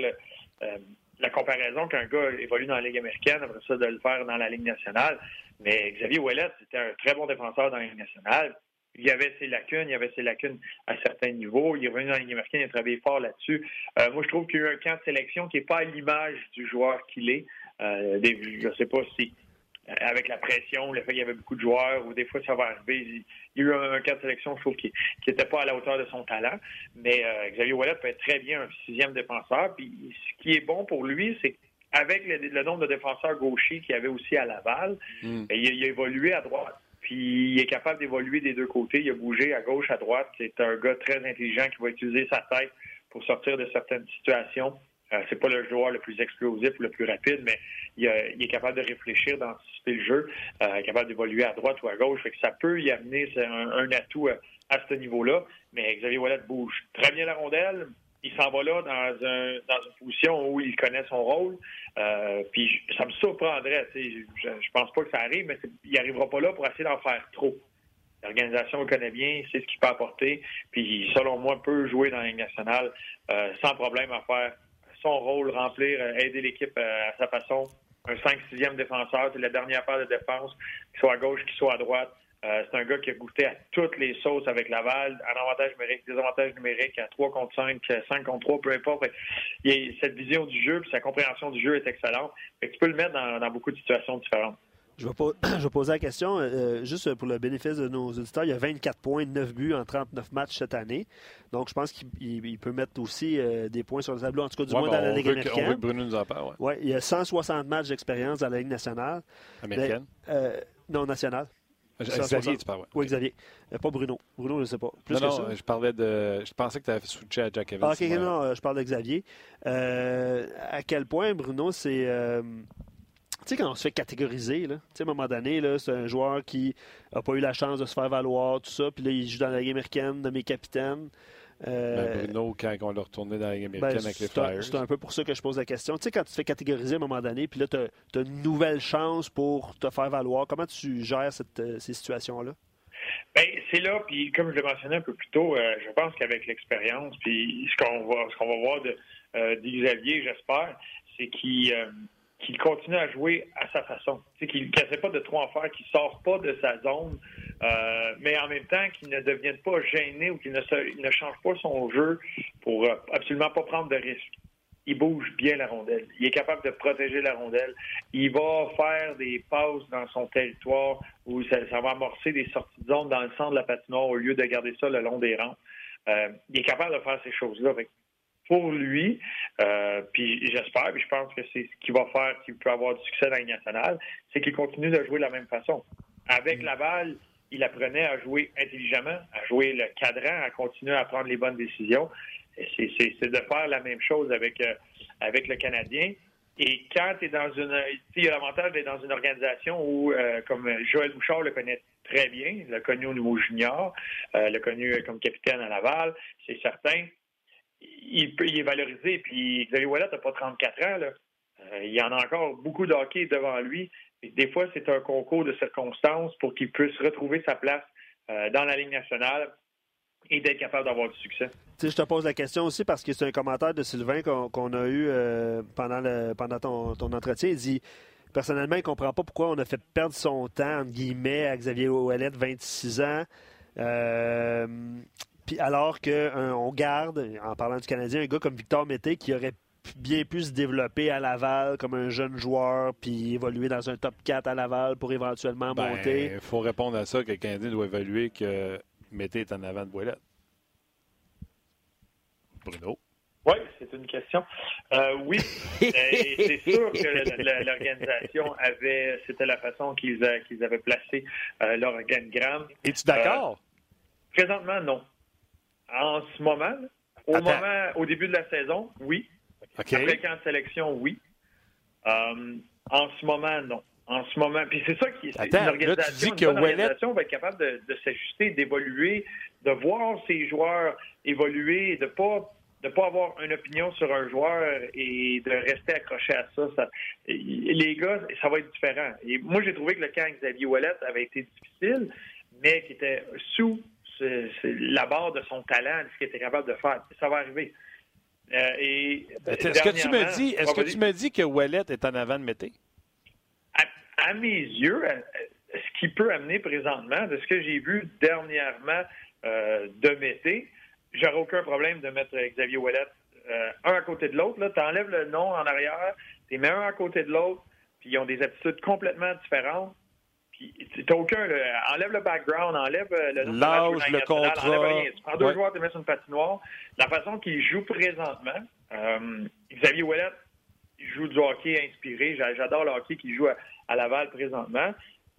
la comparaison qu'un gars évolue dans la Ligue américaine, après ça, de le faire dans la Ligue nationale. Mais Xavier Ouellet, c'était un très bon défenseur dans la Ligue nationale. Il y avait ses lacunes à certains niveaux. Il est revenu dans la Ligue américaine, il a travaillé fort là-dessus. Moi, je trouve qu'il y a eu un camp de sélection qui n'est pas à l'image du joueur qu'il est. Je ne sais pas si, avec la pression, le fait qu'il y avait beaucoup de joueurs, ou des fois ça va arriver. Il y a eu un camp de sélection, je trouve, qui n'était pas à la hauteur de son talent. Mais Xavier Ouellet peut être très bien un 6e défenseur. Puis ce qui est bon pour lui, c'est qu'avec le nombre de défenseurs gauchers qu'il y avait aussi à Laval, il a évolué à droite. Puis il est capable d'évoluer des deux côtés. Il a bougé à gauche, à droite. C'est un gars très intelligent qui va utiliser sa tête pour sortir de certaines situations. C'est pas le joueur le plus explosif ou le plus rapide, mais il est capable de réfléchir, d'anticiper le jeu, capable d'évoluer à droite ou à gauche. Fait que ça peut y amener un atout à ce niveau-là. Mais Xavier Ouellet bouge très bien la rondelle. Il s'en va là dans une position où il connaît son rôle. Puis ça me surprendrait. Je pense pas que ça arrive, mais il n'arrivera pas là pour essayer d'en faire trop. L'organisation le connaît bien, c'est ce qu'il peut apporter. Puis selon moi, peut jouer dans la Ligue nationale sans problème à faire son rôle, remplir, aider l'équipe à sa façon. Un 5-6e défenseur, c'est la dernière paire de défense, qu'il soit à gauche, qu'il soit à droite. C'est un gars qui a goûté à toutes les sauces avec Laval, en avantage numérique, désavantage numérique, à 3 contre 5, 5 contre 3, peu importe. Cette vision du jeu, puis sa compréhension du jeu est excellente. Fait que tu peux le mettre dans beaucoup de situations différentes. Je vais poser la question, juste pour le bénéfice de nos auditeurs. Il y a 24 points, 9 buts en 39 matchs cette année. Donc, je pense qu'il peut mettre aussi des points sur le tableau, en tout cas du moins dans la Ligue américaine. On veut que Bruno nous en parle, oui. Ouais, il y a 160 matchs d'expérience dans la Ligue nationale. Américaine? Non, nationale. Xavier, tu parles, oui. Oui, Xavier. Pas Bruno. Bruno, je ne sais pas. Plus non, je parlais de... Je pensais que tu avais switché à Jack Evans. OK, non, je parle de Xavier. À quel point, Bruno, c'est... Tu sais, quand on se fait catégoriser, là, à un moment donné, là, c'est un joueur qui n'a pas eu la chance de se faire valoir, tout ça, puis là, il joue dans la Ligue américaine, nommé capitaine. Bruno, quand on l'a retourné dans la Ligue américaine avec les Flyers. C'est un peu pour ça que je pose la question. Tu sais, quand tu te fais catégoriser à un moment donné, puis là, tu as une nouvelle chance pour te faire valoir, comment tu gères ces situations-là? Bien, c'est là, puis comme je l'ai mentionné un peu plus tôt, je pense qu'avec l'expérience, puis ce qu'on va voir de Xavier, j'espère, c'est qu'il continue à jouer à sa façon. Qu'il n'essaie pas de trop en faire, qu'il ne sort pas de sa zone, mais en même temps qu'il ne devienne pas gêné ou qu'il ne change pas son jeu pour absolument pas prendre de risques. Il bouge bien la rondelle. Il est capable de protéger la rondelle. Il va faire des passes dans son territoire où ça va amorcer des sorties de zone dans le centre de la patinoire au lieu de garder ça le long des rangs. Il est capable de faire ces choses-là. Pour lui, puis j'espère, puis je pense que c'est ce qu'il va faire, qu'il peut avoir du succès dans la Ligue nationale, c'est qu'il continue de jouer de la même façon. Avec Laval, il apprenait à jouer intelligemment, à jouer le cadran, à continuer à prendre les bonnes décisions. C'est de faire la même chose avec le Canadien. Et quand tu es dans il y a l'avantage d'être dans une organisation où, comme Joël Bouchard le connaît très bien, l'a connu au niveau junior, l'a connu comme capitaine à Laval, c'est certain. Il est valorisé. Puis Xavier Ouellet n'a pas 34 ans. Là. Il y en a encore beaucoup de hockey devant lui. Et des fois, c'est un concours de circonstances pour qu'il puisse retrouver sa place dans la Ligue nationale et d'être capable d'avoir du succès. Tu sais, je te pose la question aussi parce que c'est un commentaire de Sylvain qu'on a eu pendant ton entretien. Il dit, personnellement, il ne comprend pas pourquoi on a fait perdre son temps, entre guillemets, à Xavier Ouellet, 26 ans. Puis alors qu'on garde, en parlant du Canadien, un gars comme Victor Mété qui aurait bien pu se développer à Laval comme un jeune joueur, puis évoluer dans un top 4 à Laval pour éventuellement monter? Il faut répondre à ça que le Canadien doit évaluer que Mété est en avant de Ouellet. Bruno? Oui, c'est une question. Oui, c'est sûr que l'organisation c'était la façon qu'ils avaient placé leur organigramme. Es-tu d'accord? Présentement, non. En ce moment, au début de la saison, oui. Okay. Après le camp de sélection, oui. En ce moment, non. En ce moment, puis c'est ça qui est une organisation. Là, tu dis que l'organisation va être capable de s'ajuster, d'évoluer, de voir ses joueurs évoluer, de pas avoir une opinion sur un joueur et de rester accroché à ça. Les gars, ça va être différent. Et moi, j'ai trouvé que le camp Xavier Ouellet avait été difficile, mais qui était sous la barre de son talent, de ce qu'il était capable de faire. Ça va arriver. Est-ce que tu me dis que Ouellet est en avant de Mété? À mes yeux, ce qui peut amener présentement, de ce que j'ai vu dernièrement de Mété, j'aurais aucun problème de mettre Xavier Ouellet un à côté de l'autre. Tu enlèves le nom en arrière, tu mets un à côté de l'autre, puis ils ont des aptitudes complètement différentes. Puis t'as aucun. Enlève le background, enlève le nom l'âge, le contrat. Enlève rien. Tu prends deux joueurs, tu les mets sur une patinoire. La façon qu'ils jouent présentement, Xavier Ouellet, il joue du hockey inspiré. J'adore le hockey qu'il joue à Laval présentement.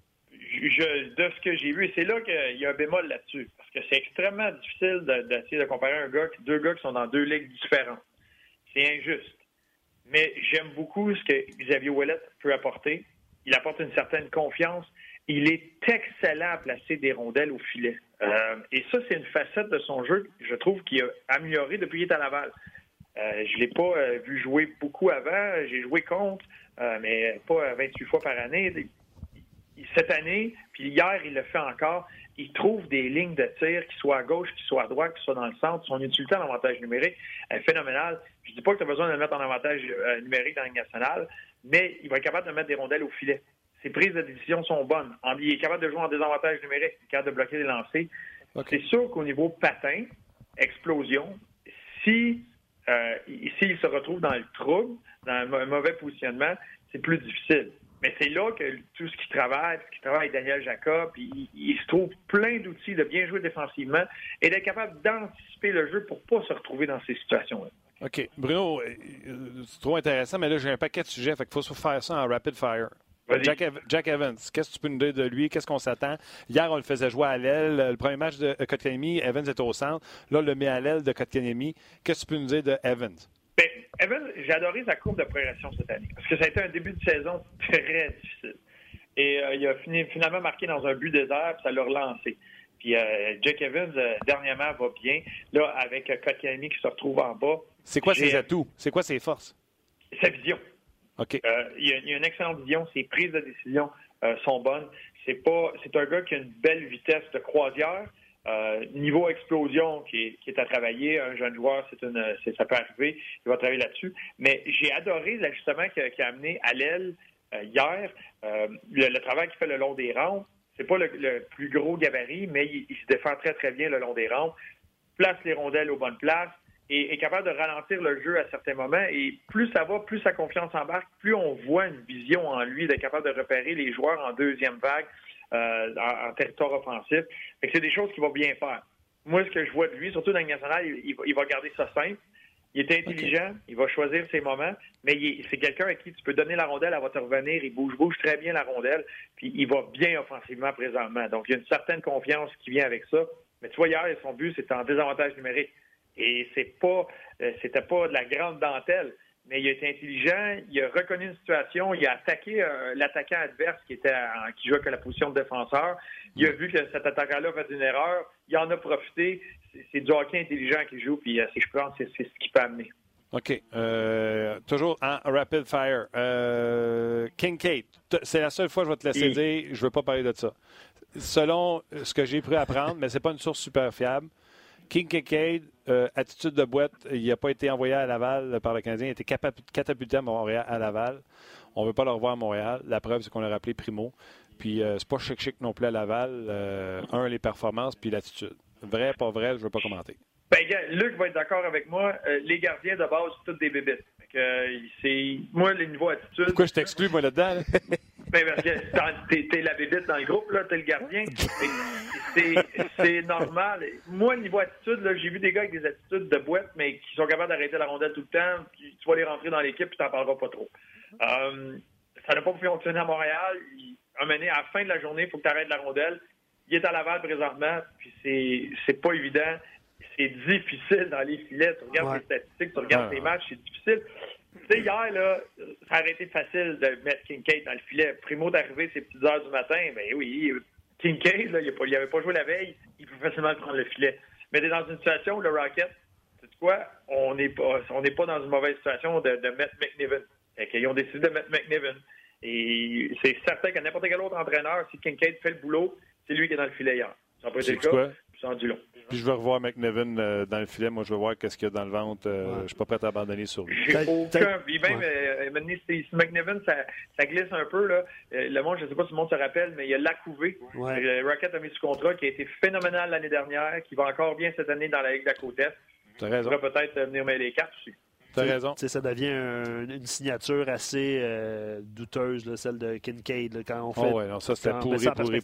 De ce que j'ai vu, et c'est là qu'il y a un bémol là-dessus, parce que c'est extrêmement difficile d'essayer de comparer deux gars qui sont dans deux ligues différentes. C'est injuste. Mais j'aime beaucoup ce que Xavier Ouellet peut apporter. Il apporte une certaine confiance. Il est excellent à placer des rondelles au filet. Et ça, c'est une facette de son jeu, je trouve, qu'il a amélioré depuis qu'il est à Laval. Je ne l'ai pas vu jouer beaucoup avant. J'ai joué contre, mais pas 28 fois par année. Cette année, puis hier, il le fait encore, il trouve des lignes de tir, qui soient à gauche, qui soient à droite, qui soient dans le centre. Son utilité en avantage numérique est phénoménale. Je ne dis pas que tu as besoin de le mettre en avantage numérique dans la Ligue nationale, mais il va être capable de mettre des rondelles au filet. Ses prises de décision sont bonnes. Il est capable de jouer en désavantage numérique, il est capable de bloquer les lancers. Okay. C'est sûr qu'au niveau patin, explosion, s'il se retrouve dans le trouble, dans un mauvais positionnement, c'est plus difficile. Mais c'est là que tout ce qui travaille Daniel Jacob, il se trouve plein d'outils de bien jouer défensivement et d'être capable d'anticiper le jeu pour ne pas se retrouver dans ces situations-là. OK. Bruno, c'est trop intéressant, mais là, j'ai un paquet de sujets, fait qu'il faut faire ça en rapid fire. Jack Evans, qu'est-ce que tu peux nous dire de lui? Qu'est-ce qu'on s'attend? Hier, on le faisait jouer à l'aile. Le premier match de Kotkaniemi, Evans est au centre. Là, on le met à l'aile de Kotkaniemi. Qu'est-ce que tu peux nous dire de Evans? Bien, Evans, j'ai adoré sa courbe de progression cette année parce que ça a été un début de saison très difficile. Et il a finalement marqué dans un but désert, puis ça l'a relancé. Puis Jack Evans, dernièrement, va bien. Là, avec Kotkaniemi qui se retrouve en bas. C'est quoi ses atouts? C'est quoi ses forces? Sa vision. OK. Il a une excellente vision. Ses prises de décision sont bonnes. C'est un gars qui a une belle vitesse de croisière. Niveau explosion qui est à travailler. Un jeune joueur, ça peut arriver. Il va travailler là-dessus. Mais j'ai adoré l'ajustement qu'il a amené à l'aile hier. Le travail qu'il fait le long des rampes. C'est pas le plus gros gabarit, mais il se défend très, très bien le long des rampes. Place les rondelles aux bonnes places. Et est capable de ralentir le jeu à certains moments. Et plus ça va, plus sa confiance embarque, plus on voit une vision en lui d'être capable de repérer les joueurs en deuxième vague en territoire offensif. Fait que c'est des choses qu'il va bien faire. Moi, ce que je vois de lui, surtout dans le national, il va garder ça simple. Il est intelligent, okay. Il va choisir ses moments, mais c'est quelqu'un à qui tu peux donner la rondelle, elle va te revenir, il bouge très bien la rondelle, puis il va bien offensivement présentement. Donc, il y a une certaine confiance qui vient avec ça. Mais tu vois, hier, son but, c'était en désavantage numérique. Et c'était pas de la grande dentelle, mais il a été intelligent, il a reconnu une situation, il a attaqué l'attaquant adverse qui jouait que la position de défenseur. Il a vu que cet attaquant-là fait une erreur, il en a profité. C'est du hockey intelligent qu'il joue, puis si je pense, c'est ce qu'il peut amener. OK. Toujours en rapid fire. Kincaid, c'est la seule fois que je vais te laisser dire, je ne veux pas parler de ça. Selon ce que j'ai pu apprendre, mais ce n'est pas une source super fiable, Kincaid, attitude de boîte, il n'a pas été envoyé à Laval par le Canadien, il a été catapulté à Laval. On ne veut pas le revoir à Montréal. La preuve, c'est qu'on l'a rappelé primo. Puis, c'est pas chic non plus à Laval. Les performances, puis l'attitude. Vrai, pas vrai, je ne veux pas commenter. Bien, Luc va être d'accord avec moi. Les gardiens de base, c'est tous des bébites. Moi, les niveaux attitude... Pourquoi je t'exclus, moi, là-dedans? Là? Parce que t'es la bébite dans le groupe, là, t'es le gardien. C'est normal. Moi, niveau attitude, là, j'ai vu des gars avec des attitudes de boîte, mais qui sont capables d'arrêter la rondelle tout le temps, puis tu vas les rentrer dans l'équipe, puis t'en parleras pas trop. Ça n'a pas fonctionné à Montréal. À un moment donné, à la fin de la journée, il faut que tu arrêtes la rondelle. Il est à Laval présentement, puis c'est pas évident. C'est difficile dans les filets. Tu regardes les statistiques, tu regardes les matchs, c'est difficile. Tu sais, hier, là, ça aurait été facile de mettre Kincaid dans le filet. Primo d'arriver ces petites heures du matin, ben oui, Kincaid, là, il n'avait pas joué la veille, il peut facilement prendre le filet. Mais tu es dans une situation où le Rocket, tu sais quoi, on n'est pas dans une mauvaise situation de mettre McNiven. Ils ont décidé de mettre McNiven. Et c'est certain qu'à n'importe quel autre entraîneur, si Kincaid fait le boulot, c'est lui qui est dans le filet hier. Ça n'a pas été le cas, c'est rendu long. Puis je veux revoir McNiven dans le filet. Moi, je veux voir qu'est-ce qu'il y a dans le ventre. Je suis pas prêt à abandonner sur lui. J'ai aucun. Puis même, si McNiven, ça glisse un peu. Là. Le monde, je ne sais pas si le monde se rappelle, mais il y a Lacouvé. Le Rocket a mis sous contrat, qui a été phénoménal l'année dernière, qui va encore bien cette année dans la Ligue de la Côte-Est. Tu as raison. Il pourrait peut-être venir mêler les cartes aussi. Tu as raison. Ça devient une signature assez douteuse, là, celle de Kincaid. Là, quand on fait, non, ça, c'était pourri.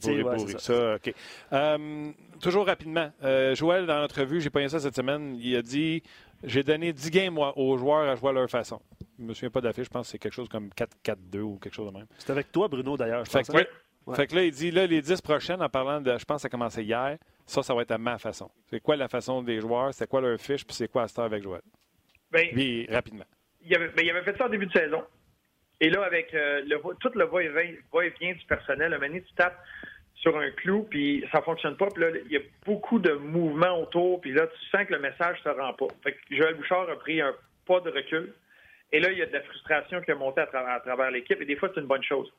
Ça, OK. Toujours rapidement. Joël, dans l'entrevue, j'ai pogné ça cette semaine, il a dit « J'ai donné 10 games aux joueurs à jouer à leur façon. » Je ne me souviens pas d'affiche, je pense que c'est quelque chose comme 4-4-2 ou quelque chose de même. C'est avec toi, Bruno, d'ailleurs. Fait que là, il dit, là, les 10 prochaines, en parlant de, je pense que ça a commencé hier, ça va être à ma façon. C'est quoi la façon des joueurs, c'est quoi leur fiche, puis c'est quoi à cette heure avec Joël? Puis, rapidement. Il avait fait ça en début de saison. Et là, avec tout le va-et-vient du personnel, tu tapes sur un clou, puis ça ne fonctionne pas. Puis là, il y a beaucoup de mouvements autour, puis là, tu sens que le message ne se rend pas. Fait que Joël Bouchard a pris un pas de recul. Et là, il y a de la frustration qui a monté à travers l'équipe. Et des fois, c'est une bonne chose.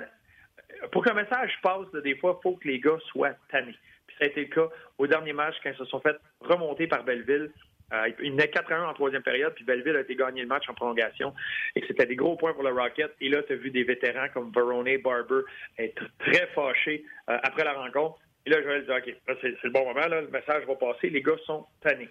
Pour qu'un message passe, là, des fois, il faut que les gars soient tannés. Puis ça a été le cas au dernier match, quand ils se sont fait remonter par Belleville. Il menait 4-1 en troisième période, puis Belleville a été gagné le match en prolongation. Et c'était des gros points pour le Rocket. Et là, tu as vu des vétérans comme Verone, Barber être très fâchés après la rencontre. Et là, Joël dit, OK, là, c'est le bon moment, là, le message va passer, les gars sont tannés.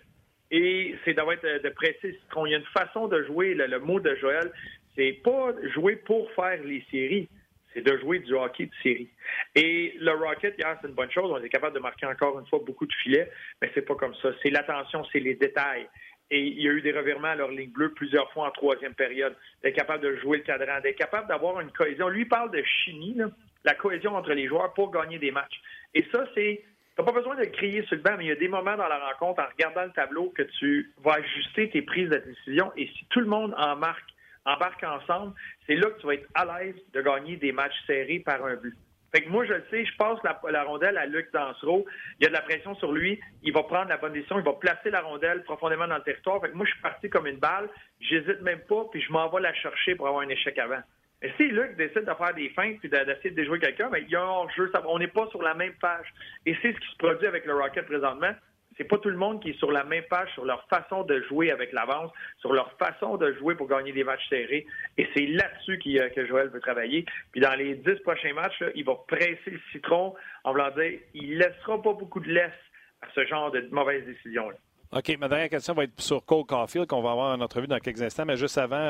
Et c'est d'avoir de presser le citron. Il y a une façon de jouer, le mot de Joël, c'est pas jouer pour faire les séries, c'est de jouer du hockey de série. Et le Rocket, hier, c'est une bonne chose. On était capable de marquer encore une fois beaucoup de filets, mais c'est pas comme ça. C'est l'attention, c'est les détails. Et il y a eu des revirements à leur ligne bleue plusieurs fois en troisième période. D'être capable de jouer le cadran, d'être capable d'avoir une cohésion. Lui, il parle de chimie, là, la cohésion entre les joueurs pour gagner des matchs. Et ça, c'est... Tu n'as pas besoin de crier sur le banc, mais il y a des moments dans la rencontre, en regardant le tableau, que tu vas ajuster tes prises de décision. Et si tout le monde embarque ensemble, c'est là que tu vas être à l'aise de gagner des matchs serrés par un but. Fait que moi, je le sais, je passe la rondelle à Luc Dansereau. Il y a de la pression sur lui. Il va prendre la bonne décision. Il va placer la rondelle profondément dans le territoire. Fait que moi, je suis parti comme une balle. J'hésite même pas, puis je m'en vais la chercher pour avoir un échec avant. Mais si Luc décide de faire des feintes puis d'essayer de déjouer quelqu'un, bien, il y a un hors-jeu. On n'est pas sur la même page. Et c'est ce qui se produit avec le Rocket présentement. C'est pas tout le monde qui est sur la même page sur leur façon de jouer avec l'avance, sur leur façon de jouer pour gagner des matchs serrés. Et c'est là-dessus que Joël veut travailler. Puis dans les 10 prochains matchs, là, il va presser le citron en voulant dire il laissera pas beaucoup de laisse à ce genre de mauvaises décisions-là. OK, ma dernière question va être sur Cole Caulfield, qu'on va avoir en entrevue dans quelques instants. Mais juste avant,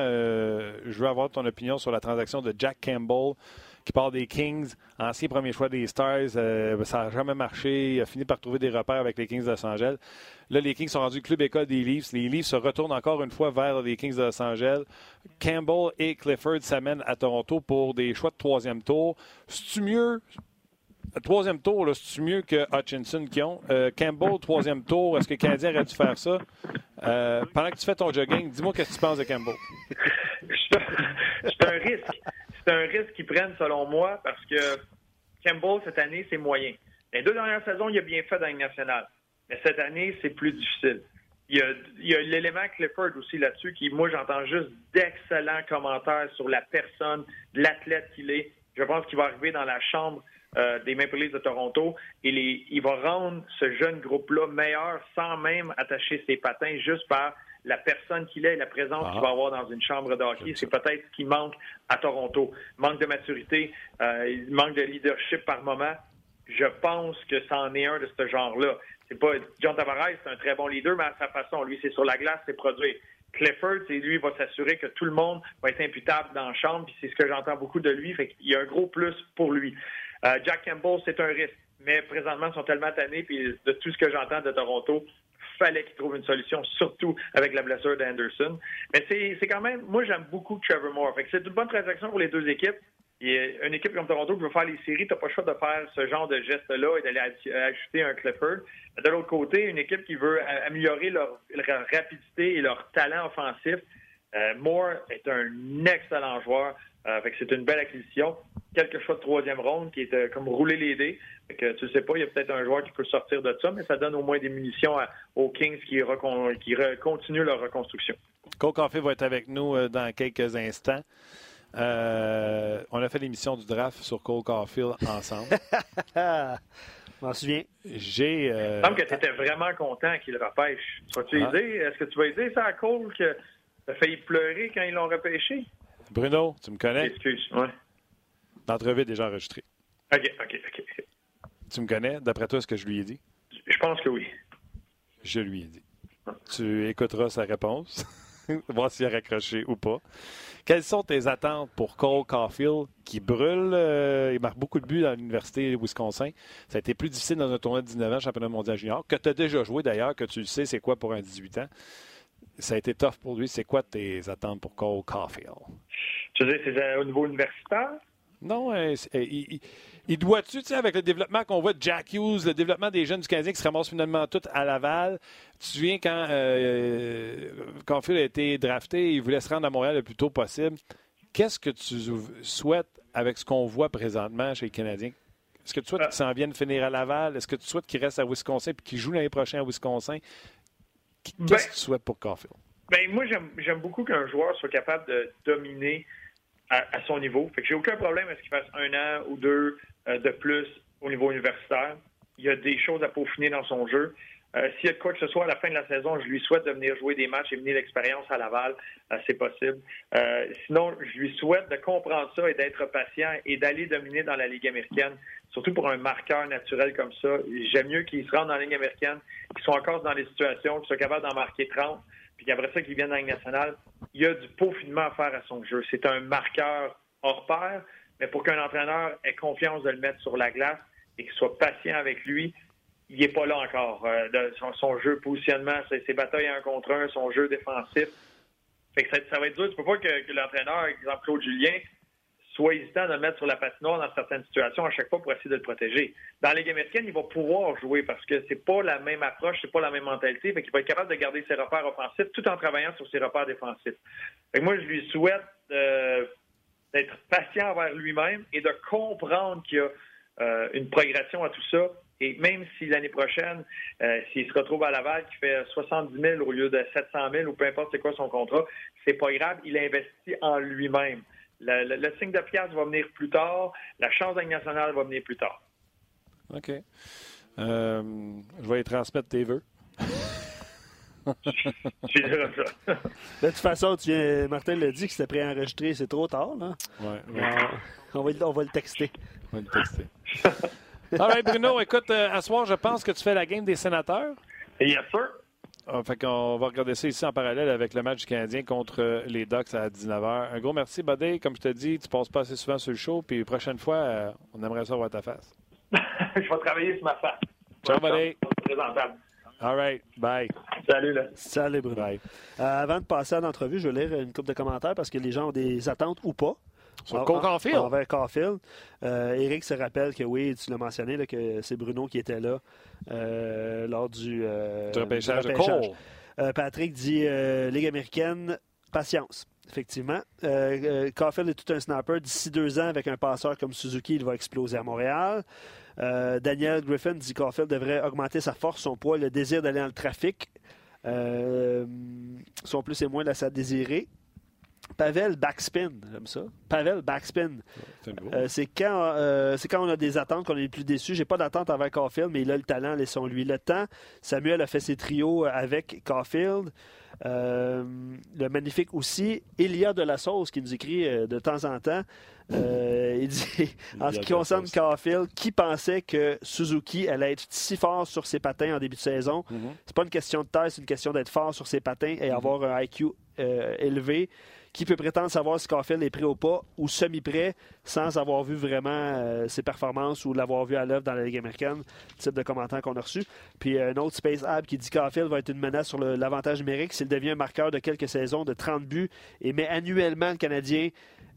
je veux avoir ton opinion sur la transaction de Jack Campbell, qui part des Kings, ancien premier choix des Stars. Ça n'a jamais marché. Il a fini par trouver des repères avec les Kings de Los Angeles. Là, les Kings sont rendus club école des Leafs. Les Leafs se retournent encore une fois vers les Kings de Los Angeles. Campbell et Clifford s'amènent à Toronto pour des choix de troisième tour. C'est-tu mieux... Troisième tour, là, c'est-tu mieux que Hutchinson qui ont? Campbell, troisième tour, est-ce que le Canadien aurait dû faire ça? Pendant que tu fais ton jogging, dis-moi qu'est-ce que tu penses de Campbell. C'est un risque. C'est un risque qu'ils prennent, selon moi, parce que Campbell, cette année, c'est moyen. Les 2 dernières saisons, il a bien fait dans la Ligue nationale. Mais cette année, c'est plus difficile. Il y a l'élément Clifford aussi là-dessus, qui, moi, j'entends juste d'excellents commentaires sur la personne, l'athlète qu'il est. Je pense qu'il va arriver dans la chambre des Maple Leafs de Toronto et il va rendre ce jeune groupe-là meilleur sans même attacher ses patins, juste par la personne qu'il est et la présence qu'il va avoir dans une chambre de hockey. C'est peut-être ce qui manque à Toronto. Manque de maturité, il manque de leadership par moment. Je pense que c'en est un de ce genre-là. C'est pas John Tavares, c'est un très bon leader, mais à sa façon. Lui, c'est sur la glace, c'est produire. Clifford, lui, il va s'assurer que tout le monde va être imputable dans la chambre, puis c'est ce que j'entends beaucoup de lui. Fait qu'il y a un gros plus pour lui. Jack Campbell, c'est un risque. Mais présentement, ils sont tellement tannés, puis de tout ce que j'entends de Toronto, fallait qu'ils trouvent une solution, surtout avec la blessure d'Anderson. Mais c'est quand même... Moi, j'aime beaucoup Trevor Moore. Fait que c'est une bonne transaction pour les deux équipes. Et une équipe comme Toronto qui veut faire les séries, tu n'as pas le choix de faire ce genre de geste-là et d'aller ajouter un Clifford. De l'autre côté, une équipe qui veut améliorer leur rapidité et leur talent offensif. Moore est un excellent joueur. Fait que c'est une belle acquisition. Quelques choix de troisième ronde qui est comme rouler les dés. Fait que tu sais pas, il y a peut-être un joueur qui peut sortir de ça, mais ça donne au moins des munitions aux Kings qui continuent leur reconstruction. Cole Caulfield va être avec nous dans quelques instants. On a fait l'émission du draft sur Cole Caulfield ensemble. Je m'en souviens. Il me semble que tu étais vraiment content qu'il le repêche. Est-ce que tu vas aider ça à Cole que tu as failli pleurer quand ils l'ont repêché? Bruno, tu me connais? Excuse, ouais. L'entrevue est déjà enregistrée. OK. Tu me connais? D'après toi, est-ce que je lui ai dit? Je pense que oui. Je lui ai dit. Tu écouteras sa réponse, voir s'il a raccroché ou pas. Quelles sont tes attentes pour Cole Caulfield qui brûle? Il marque beaucoup de buts dans l'Université de Wisconsin. Ça a été plus difficile dans un tournoi de 19 ans, championnat mondial junior, que tu as déjà joué d'ailleurs, que tu le sais, c'est quoi pour un 18 ans. Ça a été tough pour lui. C'est quoi tes attentes pour Cole Caulfield? Tu veux dire, c'est au niveau universitaire? Non, il doit-tu, tu sais, avec le développement qu'on voit de Jack Hughes, le développement des jeunes du Canadien qui se ramassent finalement tous à Laval. Tu te souviens quand Caulfield a été drafté, il voulait se rendre à Montréal le plus tôt possible. Qu'est-ce que tu souhaites avec ce qu'on voit présentement chez les Canadiens? Est-ce que tu souhaites qu'il s'en vienne finir à Laval? Est-ce que tu souhaites qu'il reste à Wisconsin et qu'il joue l'année prochaine à Wisconsin? Qu'est-ce que tu souhaites pour Caulfield? Moi, j'aime beaucoup qu'un joueur soit capable de dominer à son niveau. Fait que j'ai aucun problème à ce qu'il fasse 1 an ou 2 de plus au niveau universitaire. Il y a des choses à peaufiner dans son jeu. S'il y a de quoi que ce soit à la fin de la saison, je lui souhaite de venir jouer des matchs et venir l'expérience à Laval. C'est possible. Sinon, je lui souhaite de comprendre ça et d'être patient et d'aller dominer dans la Ligue américaine. Surtout pour un marqueur naturel comme ça. J'aime mieux qu'il se rende dans la Ligue américaine, qu'il soit encore dans des situations, qu'il soit capable d'en marquer 30, puis qu'après ça, qu'il vienne dans la Ligue nationale. Il y a du peaufinement à faire à son jeu. C'est un marqueur hors pair, mais pour qu'un entraîneur ait confiance de le mettre sur la glace et qu'il soit patient avec lui, il n'est pas là encore. Son jeu positionnement, ses batailles 1 contre 1, son jeu défensif. Fait que ça va être dur. Tu ne peux pas que l'entraîneur, exemple Claude Julien, soit hésitant de le mettre sur la patinoire dans certaines situations à chaque fois pour essayer de le protéger. Dans la Ligue américaine, il va pouvoir jouer parce que c'est pas la même approche, c'est pas la même mentalité. Fait qu'il va être capable de garder ses repères offensifs tout en travaillant sur ses repères défensifs. Fait que moi, je lui souhaite d'être patient envers lui-même et de comprendre qu'il y a une progression à tout ça. Et même si l'année prochaine, s'il se retrouve à Laval, qui fait 70 000 au lieu de 700 000 ou peu importe c'est quoi son contrat, c'est pas grave, il investit en lui-même. Le signe de pièce va venir plus tard. La chance de la Ligue nationale va venir plus tard. OK. Je vais y transmettre tes vœux. Je dirais ça. De toute façon, Martin l'a dit que c'était préenregistré. C'est trop tard, là. Ouais. On va le texter. On va le texter. All right, Bruno, écoute, à soir, je pense que tu fais la game des sénateurs. Yes, sir. Fait qu'on va regarder ça ici en parallèle avec le match du Canadien contre les Ducks à 19h. Un gros merci, Buddy. Comme je te dis, tu passes pas assez souvent sur le show. Puis prochaine fois, on aimerait ça voir ta face. Je vais travailler sur ma face. Ciao, Buddy. Présentable. All right. Bye. Salut, là. Salut, Bruno. Bye. Avant de passer à l'entrevue, je vais lire une couple de commentaires parce que les gens ont des attentes ou pas. Sur Cole Caulfield. Envers Caulfield. Éric se rappelle que oui, tu l'as mentionné, là, que c'est Bruno qui était là lors du repêchage de Cole. Patrick dit Ligue américaine, patience. Effectivement. Caulfield est tout un snapper. D'ici 2 ans, avec un passeur comme Suzuki, il va exploser à Montréal. Daniel Griffin dit que Caulfield devrait augmenter sa force, son poids, le désir d'aller dans le trafic. Son plus et moins laisse à désirer. Pavel Backspin, j'aime ça. Pavel Backspin. C'est quand on a des attentes qu'on est les plus déçus. J'ai pas d'attente avec Caulfield, mais il a le talent, laissons-lui le temps. Samuel a fait ses trios avec Caulfield. Le magnifique aussi, Elia de la Sauce qui nous écrit de temps en temps. Il dit, en ce qui concerne Caulfield, qui pensait que Suzuki allait être si fort sur ses patins en début de saison? C'est pas une question de taille, c'est une question d'être fort sur ses patins et avoir un IQ élevé. Qui peut prétendre savoir si Caulfield est prêt ou pas, ou semi-prêt, sans avoir vu vraiment ses performances ou l'avoir vu à l'œuvre dans la Ligue américaine, type de commentaire qu'on a reçu. Puis un autre Space Ab qui dit que Caulfield va être une menace sur l'avantage numérique s'il devient un marqueur de quelques saisons de 30 buts et mène annuellement le Canadien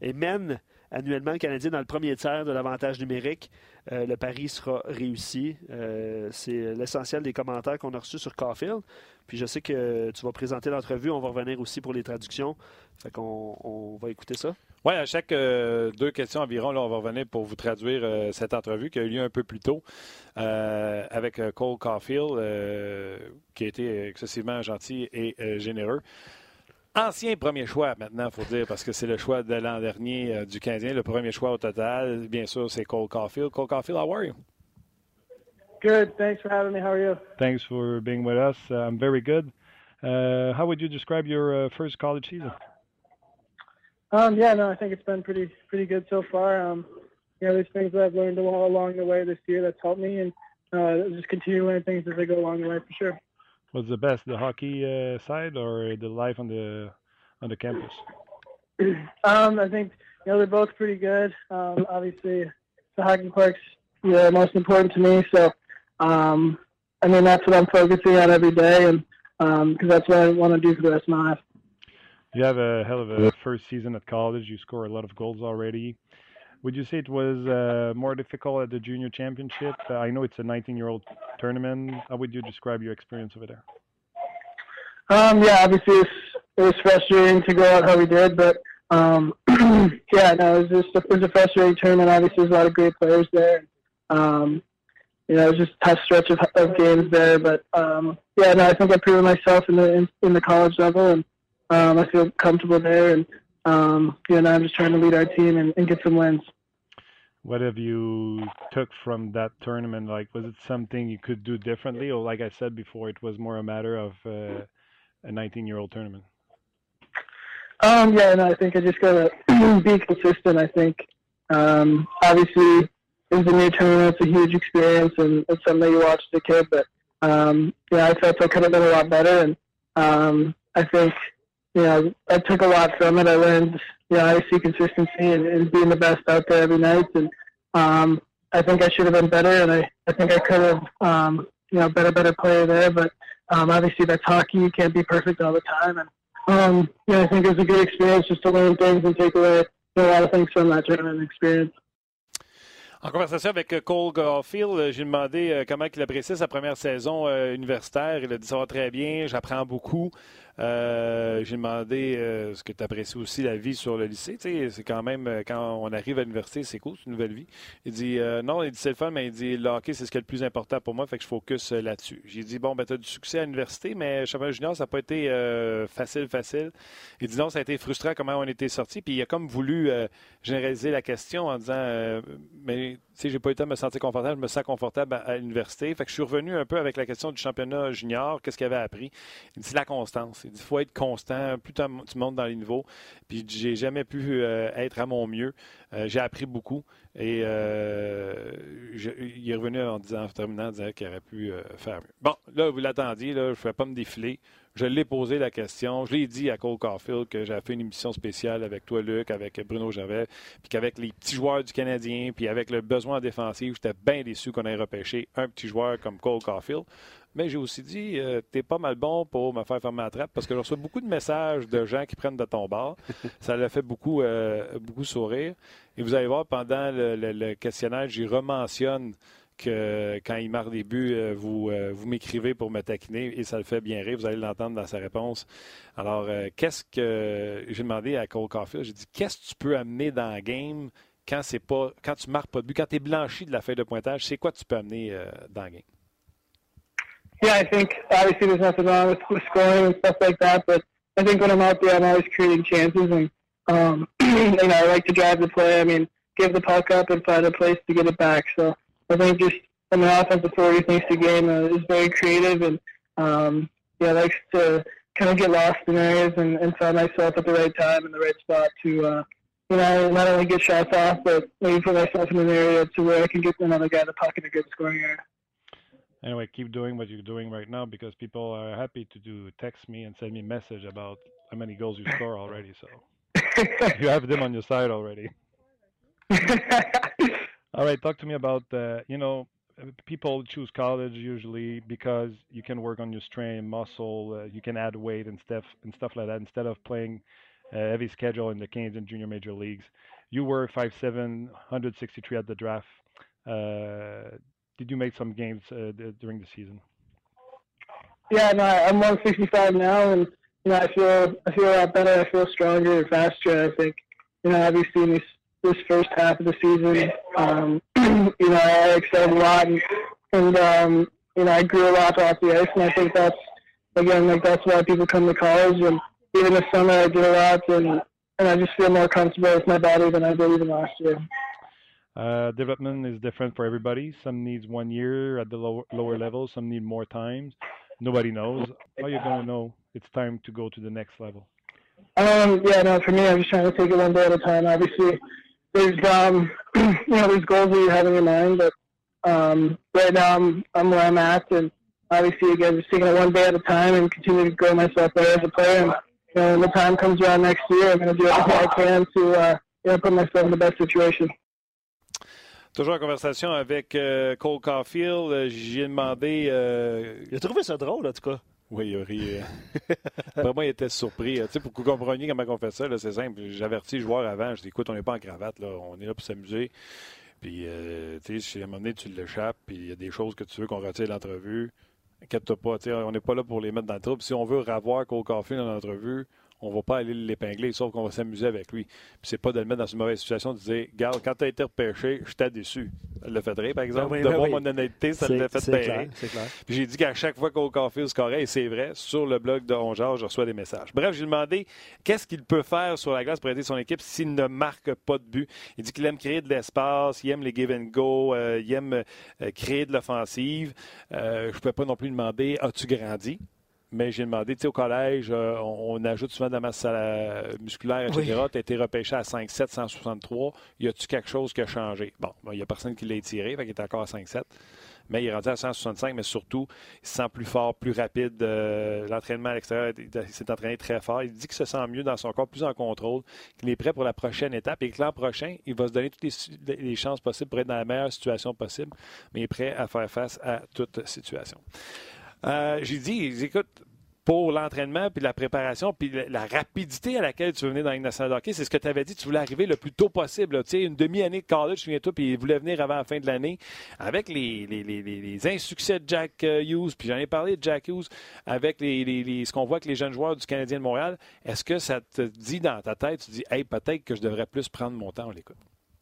dans le premier tiers de l'avantage numérique. Le pari sera réussi. C'est l'essentiel des commentaires qu'on a reçus sur Caulfield. Puis je sais que tu vas présenter l'entrevue. On va revenir aussi pour les traductions. Fait qu'on va écouter ça. Oui, à chaque 2 questions environ, là, on va revenir pour vous traduire cette entrevue qui a eu lieu un peu plus tôt avec Cole Caulfield, qui a été excessivement gentil et généreux. Ancien premier choix, maintenant, il faut dire, parce que c'est le choix de l'an dernier du Canadien. Le premier choix au total, bien sûr, c'est Cole Caulfield. Cole Caulfield, how are you? Good. Thanks for having me. How are you? Thanks for being with us. I'm very good. How would you describe your first college season? Yeah, no, I think it's been pretty good so far. There's things that I've learned along the way this year that's helped me, and just continue learning things as I go along the way for sure. What's the best, the hockey side or the life on the campus? I think they're both pretty good. Obviously, the hockey part's most important to me. So, that's what I'm focusing on every day, and because that's what I want to do for the rest of my life. You have a hell of a first season at college. You score a lot of goals already. Would you say it was more difficult at the junior championship? I know it's a 19-year-old tournament. How would you describe your experience over there? Yeah, obviously it was frustrating to go out how we did, but it was a frustrating tournament. Obviously, there's a lot of great players there. It was just a tough stretch of games there, but I think I proved myself in the college level, and I feel comfortable there, and I'm just trying to lead our team and get some wins. What have you took from that tournament? Like, was it something you could do differently, or like I said before, it was more a matter of a 19-year-old tournament? I think I just gotta be consistent. I think obviously it's a new tournament, it's a huge experience, and it's something that you watch as a kid. But I felt I could have been a lot better, and I think I took a lot from it. I learned how to see consistency and being the best out there every night, and I think I should have been better, and I think I could have been a better player there. But obviously that's hockey; you can't be perfect all the time, and I think it was a good experience just to learn things and take away a lot of things from that tournament experience. En conversation avec Cole Caulfield, j'ai demandé comment il appréciait sa première saison universitaire. Il a dit ça va très bien, j'apprends beaucoup. J'ai demandé ce que tu apprécies aussi la vie sur le lycée. Tu sais, c'est quand même, quand on arrive à l'université, c'est cool, c'est une nouvelle vie. Il dit non, il dit c'est le fun, mais il dit le hockey, c'est ce qui est le plus important pour moi, fait que je focus là-dessus. J'ai dit bon, ben tu as du succès à l'université, mais championnat junior, ça n'a pas été facile. Il dit non, ça a été frustrant comment on était sortis. Puis il a comme voulu généraliser la question en disant mais tu sais, j'ai pas eu le temps de me sentir confortable, je me sens confortable à l'université. Fait que je suis revenu un peu avec la question du championnat junior, qu'est-ce qu'il avait appris. Il dit la constance. Il dit il faut être constant, plus tu montes dans les niveaux. Puis j'ai jamais pu être à mon mieux. J'ai appris beaucoup. Et il est revenu en terminant, en disant qu'il aurait pu faire mieux. Bon, là, vous l'attendiez, là, je ne vais pas me défiler. Je l'ai posé la question. Je l'ai dit à Cole Caulfield que j'avais fait une émission spéciale avec toi, Luc, avec Bruno Gervais, puis qu'avec les petits joueurs du Canadien, puis avec le besoin en défensive, j'étais bien déçu qu'on ait repêché un petit joueur comme Cole Caulfield. Mais j'ai aussi dit, t'es pas mal bon pour me faire fermer la trappe parce que je reçois beaucoup de messages de gens qui prennent de ton bord. Ça l'a fait beaucoup sourire. Et vous allez voir, pendant le questionnaire, j'y rementionne que quand il marque des buts, vous m'écrivez pour me taquiner et ça le fait bien rire. Vous allez l'entendre dans sa réponse. Alors, qu'est-ce que j'ai demandé à Cole Caulfield? J'ai dit, qu'est-ce que tu peux amener dans la game quand tu marques pas de but, quand tu es blanchi de la feuille de pointage? C'est quoi que tu peux amener dans la game? Yeah, I think obviously there's nothing wrong with scoring and stuff like that, but I think when I'm out there, I'm always creating chances, and I like to drive the play. I mean, give the puck up and find a place to get it back. So I think just an offensive forward who thinks the game is very creative and likes to kind of get lost in areas and find myself at the right time in the right spot to not only get shots off, but maybe put myself in an area to where I can get another guy the puck in a good scoring area. Anyway, keep doing what you're doing right now because people are happy to text me and send me a message about how many goals you score already. So you have them on your side already. All right, talk to me about people choose college usually because you can work on your strength, muscle, you can add weight and stuff like that instead of playing heavy schedule in the Canadian junior major leagues. You were 5'7", 163 at the draft. Did you make some games during the season? Yeah, no, I'm 165 now, and I feel a lot better. I feel stronger and faster. I think obviously in this first half of the season, I excelled a lot, and I grew a lot off the ice, and I think that's why people come to college. And even this summer, I did a lot, and I just feel more comfortable with my body than I did even last year. Development is different for everybody. Some needs 1 year at the lower level. Some need more time. Nobody knows. How are you going to know it's time to go to the next level? For me, I'm just trying to take it one day at a time. Obviously, there's there's goals that you have in your mind, but right now I'm where I'm at, and obviously again just taking it one day at a time and continue to grow myself there as a player. And when the time comes around next year, I'm going to do everything I can to put myself in the best situation. Toujours en conversation avec Cole Caulfield. J'ai demandé... Il a trouvé ça drôle, en tout cas. Oui, il a ri. Vraiment, il était surpris. Tu sais, pour que vous compreniez comment on fait ça, là, c'est simple. J'avertis le joueur avant. Je dis, écoute, on n'est pas en cravate. Là. On est là pour s'amuser. Puis, tu sais, à un moment donné, tu l'échappes. Puis, il y a des choses que tu veux qu'on retire de l'entrevue. Inquiète-toi pas. Tu sais, on n'est pas là pour les mettre dans le trouble. Si on veut revoir Cole Caulfield dans l'entrevue, on ne va pas aller l'épingler, sauf qu'on va s'amuser avec lui. Puis c'est pas de le mettre dans une mauvaise situation, de dire, regarde, quand tu as été repêché, je t'ai déçu. Elle l'a fait rire, par exemple. De voir mon honnêteté, ça l'a fait périr. C'est clair. Puis j'ai dit qu'à chaque fois qu'au Caulfield scorait, et c'est vrai, sur le blog de On Jase, je reçois des messages. Bref, j'ai demandé qu'est-ce qu'il peut faire sur la glace pour aider son équipe s'il ne marque pas de but. Il dit qu'il aime créer de l'espace, il aime les give and go, il aime créer de l'offensive. Je ne pouvais pas non plus demander, as-tu grandi? Mais j'ai demandé, tu sais, au collège, on ajoute souvent de la masse musculaire, etc. Oui. Tu as été repêché à 5'7", 163. Y a-tu quelque chose qui a changé? Bon, il n'y a personne qui l'a étiré, fait qu'il est encore à 5'7". Mais il est rendu à 165, mais surtout, il se sent plus fort, plus rapide. L'entraînement à l'extérieur, il s'est entraîné très fort. Il dit qu'il se sent mieux dans son corps, plus en contrôle, qu'il est prêt pour la prochaine étape et que l'an prochain, il va se donner toutes les chances possibles pour être dans la meilleure situation possible, mais il est prêt à faire face à toute situation. J'ai dit, écoute, pour l'entraînement, puis la préparation, puis la rapidité à laquelle tu veux venir dans la Ligue nationale de hockey, c'est ce que tu avais dit, tu voulais arriver le plus tôt possible. Tu sais, une demi-année de college, souviens-toi, puis il voulait venir avant la fin de l'année. Avec les insuccès de Jack Hughes, puis j'en ai parlé de Jack Hughes, avec ce qu'on voit avec les jeunes joueurs du Canadien de Montréal, est-ce que ça te dit dans ta tête, tu dis, hey, peut-être que je devrais plus prendre mon temps, on l'écoute?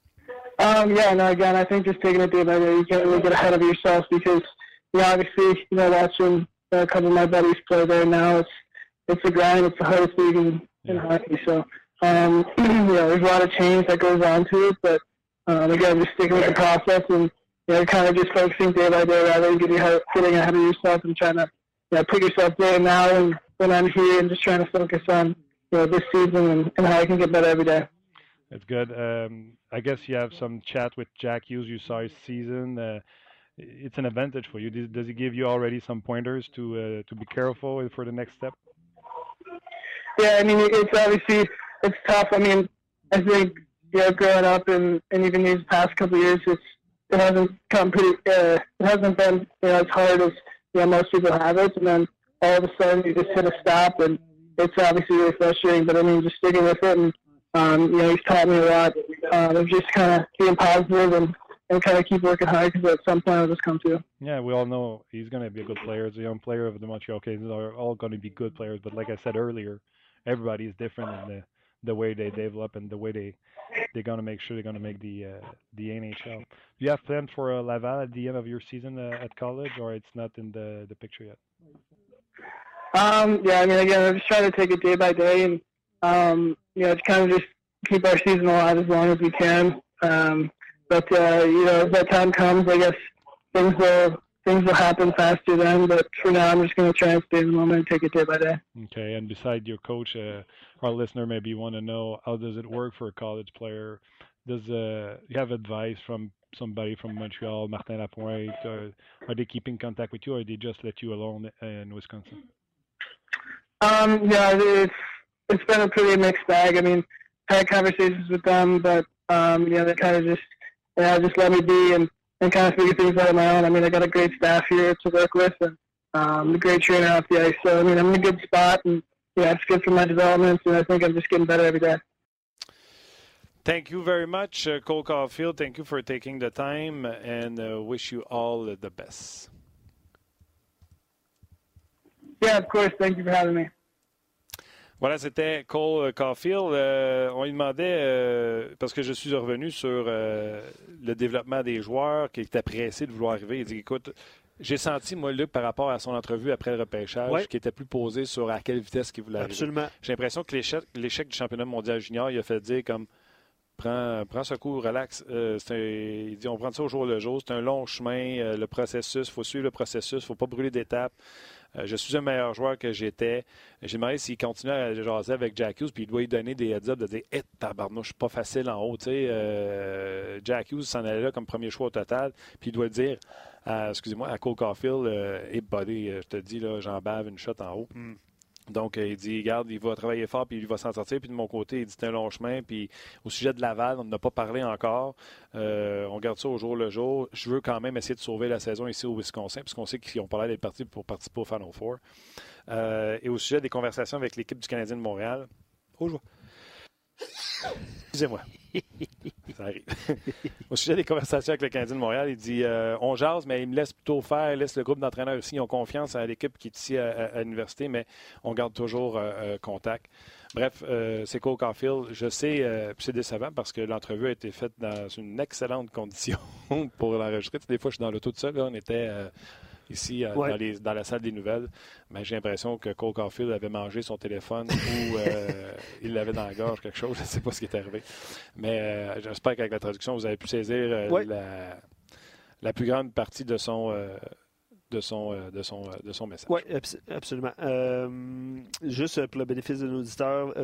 Again, I think just taking it day by day, you can't really get ahead of yourself because, obviously, watching a couple of my buddies play there now, it's a grind. It's the hardest league in hockey. So, there's a lot of change that goes on to it. But, again, just sticking with the process and, kind of just focusing day by day rather than getting ahead of yourself and trying to, put yourself there now and when I'm here and just trying to focus on, this season and how I can get better every day. That's good. I guess you have some chat with Jack Hughes. You saw his season. It's an advantage for you. Does he give you already some pointers to be careful for the next step? Yeah, I mean, it's tough. I mean, I think growing up and even these past couple of years, it hasn't been as hard as most people have it, and then all of a sudden you just hit a stop, and it's obviously really frustrating. But I mean, just sticking with it, and he's taught me a lot of just kind of being positive and kind of keep working hard because at some point it'll just come to. Yeah, we all know he's going to be a good player. He's a young player of the Montreal Canadiens. Are all going to be good players. But like I said earlier, everybody is different in the way they develop and the way they're going to make sure they're going to make the NHL. Do you have plans for Laval at the end of your season at college, or it's not in the picture yet? I mean, again, I'm just trying to take it day by day and to kind of just keep our season alive as long as we can. But as that time comes, I guess things will happen faster then. But for now, I'm just going to try and stay in the moment and take it day by day. Okay, and beside your coach, our listener maybe want to know, how does it work for a college player? Does you have advice from somebody from Montreal, Martin Lapointe? Are they keeping contact with you, or they just let you alone in Wisconsin? It's been a pretty mixed bag. I mean, I had conversations with them, but they kind of just let me be and kind of figure things out on my own. I mean, I got a great staff here to work with, and a great trainer off the ice. So I mean, I'm in a good spot, and it's good for my development, and I think I'm just getting better every day. Thank you very much, Cole Caulfield. Thank you for taking the time, and wish you all the best. Yeah, of course. Thank you for having me. Voilà, c'était Cole Caulfield. On lui demandait, parce que je suis revenu sur le développement des joueurs qui étaient pressés de vouloir arriver. Il dit, écoute, j'ai senti, moi, Luc, par rapport à son entrevue après le repêchage, qui était plus posé sur à quelle vitesse il voulait arriver. Absolument. J'ai l'impression que l'échec du championnat mondial junior, il a fait dire comme, prends ce coup, relax. Il dit, on prend ça au jour le jour. C'est un long chemin, le processus. Il faut suivre le processus. Il ne faut pas brûler d'étapes. Je suis un meilleur joueur que j'étais. J'ai demandé s'il continue à jaser avec Jack Hughes, puis il doit lui donner des heads-up de dire « tabarnouche, pas facile en haut. » Jack Hughes s'en allait là comme premier choix au total, puis il doit le dire à Cole Caulfield « Hey buddy, je te dis, là, j'en bave une shot en haut. Donc, il dit, regarde, il va travailler fort, puis il va s'en sortir. Puis de mon côté, il dit, c'est un long chemin. Puis au sujet de Laval, on n'a pas parlé encore. On garde ça au jour le jour. Je veux quand même essayer de sauver la saison ici au Wisconsin, puisqu'on sait qu'ils ont parlé d'être partis pour participer au Final Four. Et au sujet des conversations avec l'équipe du Canadien de Montréal, excusez-moi. Ça arrive. Au sujet des conversations avec le Canadien de Montréal, il dit on jase, mais il me laisse plutôt faire, laisse le groupe d'entraîneurs aussi. Ils ont confiance à l'équipe qui est ici à l'université, mais on garde toujours contact. Bref, c'est Cole Caulfield. Je sais, c'est décevant parce que l'entrevue a été faite dans une excellente condition pour l'enregistrer. Des fois, je suis dans l'auto de ça. Là, on était ici dans la salle des nouvelles. Mais j'ai l'impression que Cole Caulfield avait mangé son téléphone ou il l'avait dans la gorge, quelque chose. Je ne sais pas ce qui est arrivé. Mais j'espère qu'avec la traduction, vous avez pu saisir la plus grande partie de son message. Oui, absolument. Juste pour le bénéfice de nos auditeurs,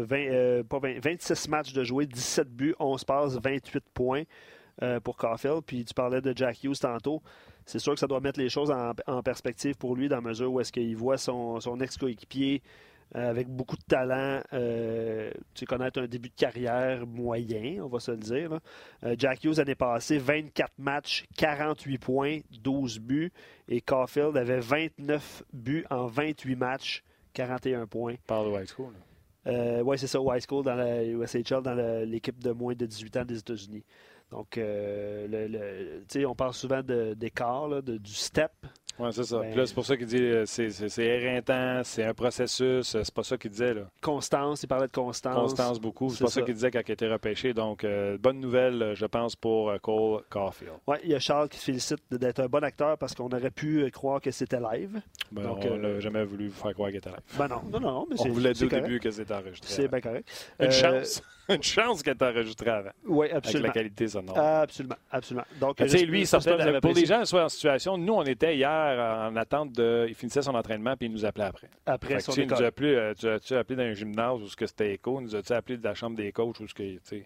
26 matchs de jouer, 17 buts, 11 passes, 28 points pour Caulfield. Puis tu parlais de Jack Hughes tantôt. C'est sûr que ça doit mettre les choses en perspective pour lui dans la mesure où est-ce qu'il voit son ex-coéquipier avec beaucoup de talent connaître un début de carrière moyen, on va se le dire. Jack Hughes, l'année passée, 24 matchs, 48 points, 12 buts. Et Caulfield avait 29 buts en 28 matchs, 41 points. Parle de high school. Oui, c'est ça, au high school, dans la USHL, dans l'équipe de moins de 18 ans des États-Unis. Donc, on parle souvent d'écart, du step. Oui, c'est ça. Puis là, c'est pour ça qu'il dit c'est éreintant, c'est un processus. C'est pas ça qu'il disait. Là. Constance, il parlait de constance. Constance beaucoup. C'est pas ça qu'il disait quand il a été repêché. Donc, bonne nouvelle, je pense, pour Cole Caulfield. Oui, il y a Charles qui se félicite d'être un bon acteur parce qu'on aurait pu croire que c'était live. Donc, on n'a jamais voulu vous faire croire qu'il était live. Ben non. Mais on voulait dire au début que c'était enregistré. C'est bien correct. Une chance. Une chance qu'elle était enregistrée avant. Oui, absolument. Avec la qualité sonore. Absolument. Donc, tu sais, lui, il sortait pour les gens qui sont en situation, nous, on était hier en attente il finissait son entraînement puis il nous appelait après. Après son école. Il nous a appelé, tu as-tu appelé dans un gymnase où c'était écho? Nous as-tu appelé de la chambre des coachs où ce que, tu sais.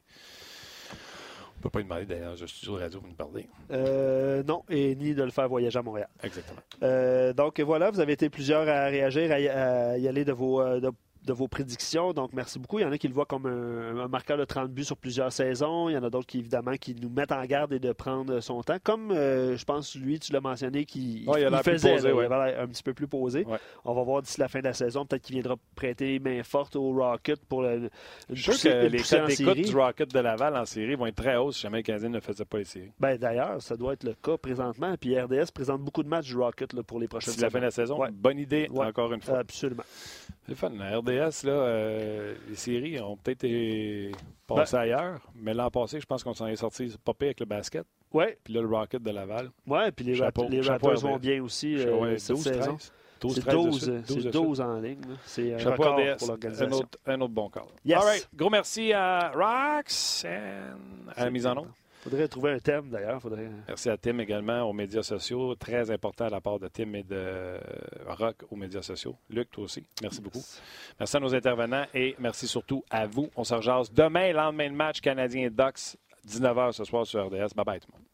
On ne peut pas lui demander d'aller dans un studio de radio pour nous parler. Non, et ni de le faire voyager à Montréal. Exactement. Donc voilà, vous avez été plusieurs à réagir, à y aller de vos prédictions. Donc, merci beaucoup. Il y en a qui le voient comme un marqueur de 30 buts sur plusieurs saisons. Il y en a d'autres qui, évidemment, qui nous mettent en garde et de prendre son temps. Comme, je pense, lui, tu l'as mentionné, il faisait posé, il avait un petit peu plus posé. Ouais. On va voir d'ici la fin de la saison. Peut-être qu'il viendra prêter main forte au Rocket pour je pense que les cotes d'écoute du Rocket de Laval en série vont être très hautes si jamais le Canadien ne faisait pas les séries. Ben, d'ailleurs, ça doit être le cas présentement. Puis RDS présente beaucoup de matchs du Rocket là, pour les prochaines semaines. D'ici la fin de la saison, bonne idée, encore une fois. Absolument. C'est fun. La RDS, là, les séries ont peut-être été passées ailleurs, mais l'an passé, je pense qu'on s'en est sorti pas pire avec le basket. Oui. Puis là, le Rocket de Laval. Oui, puis les Raptors vont bien aussi cette saison. C'est 12 en ligne. C'est un record pour l'organisation. Un autre bon call. Yes. All right. Gros merci à Rox à la mise en onde. Il faudrait trouver un thème, d'ailleurs. Merci à Tim également aux médias sociaux. Très important à la part de Tim et de Rock aux médias sociaux. Luc, toi aussi. Merci beaucoup. Merci à nos intervenants et merci surtout à vous. On se rejase demain, lendemain de match Canadien-Ducks, 19h ce soir sur RDS. Bye-bye tout le monde.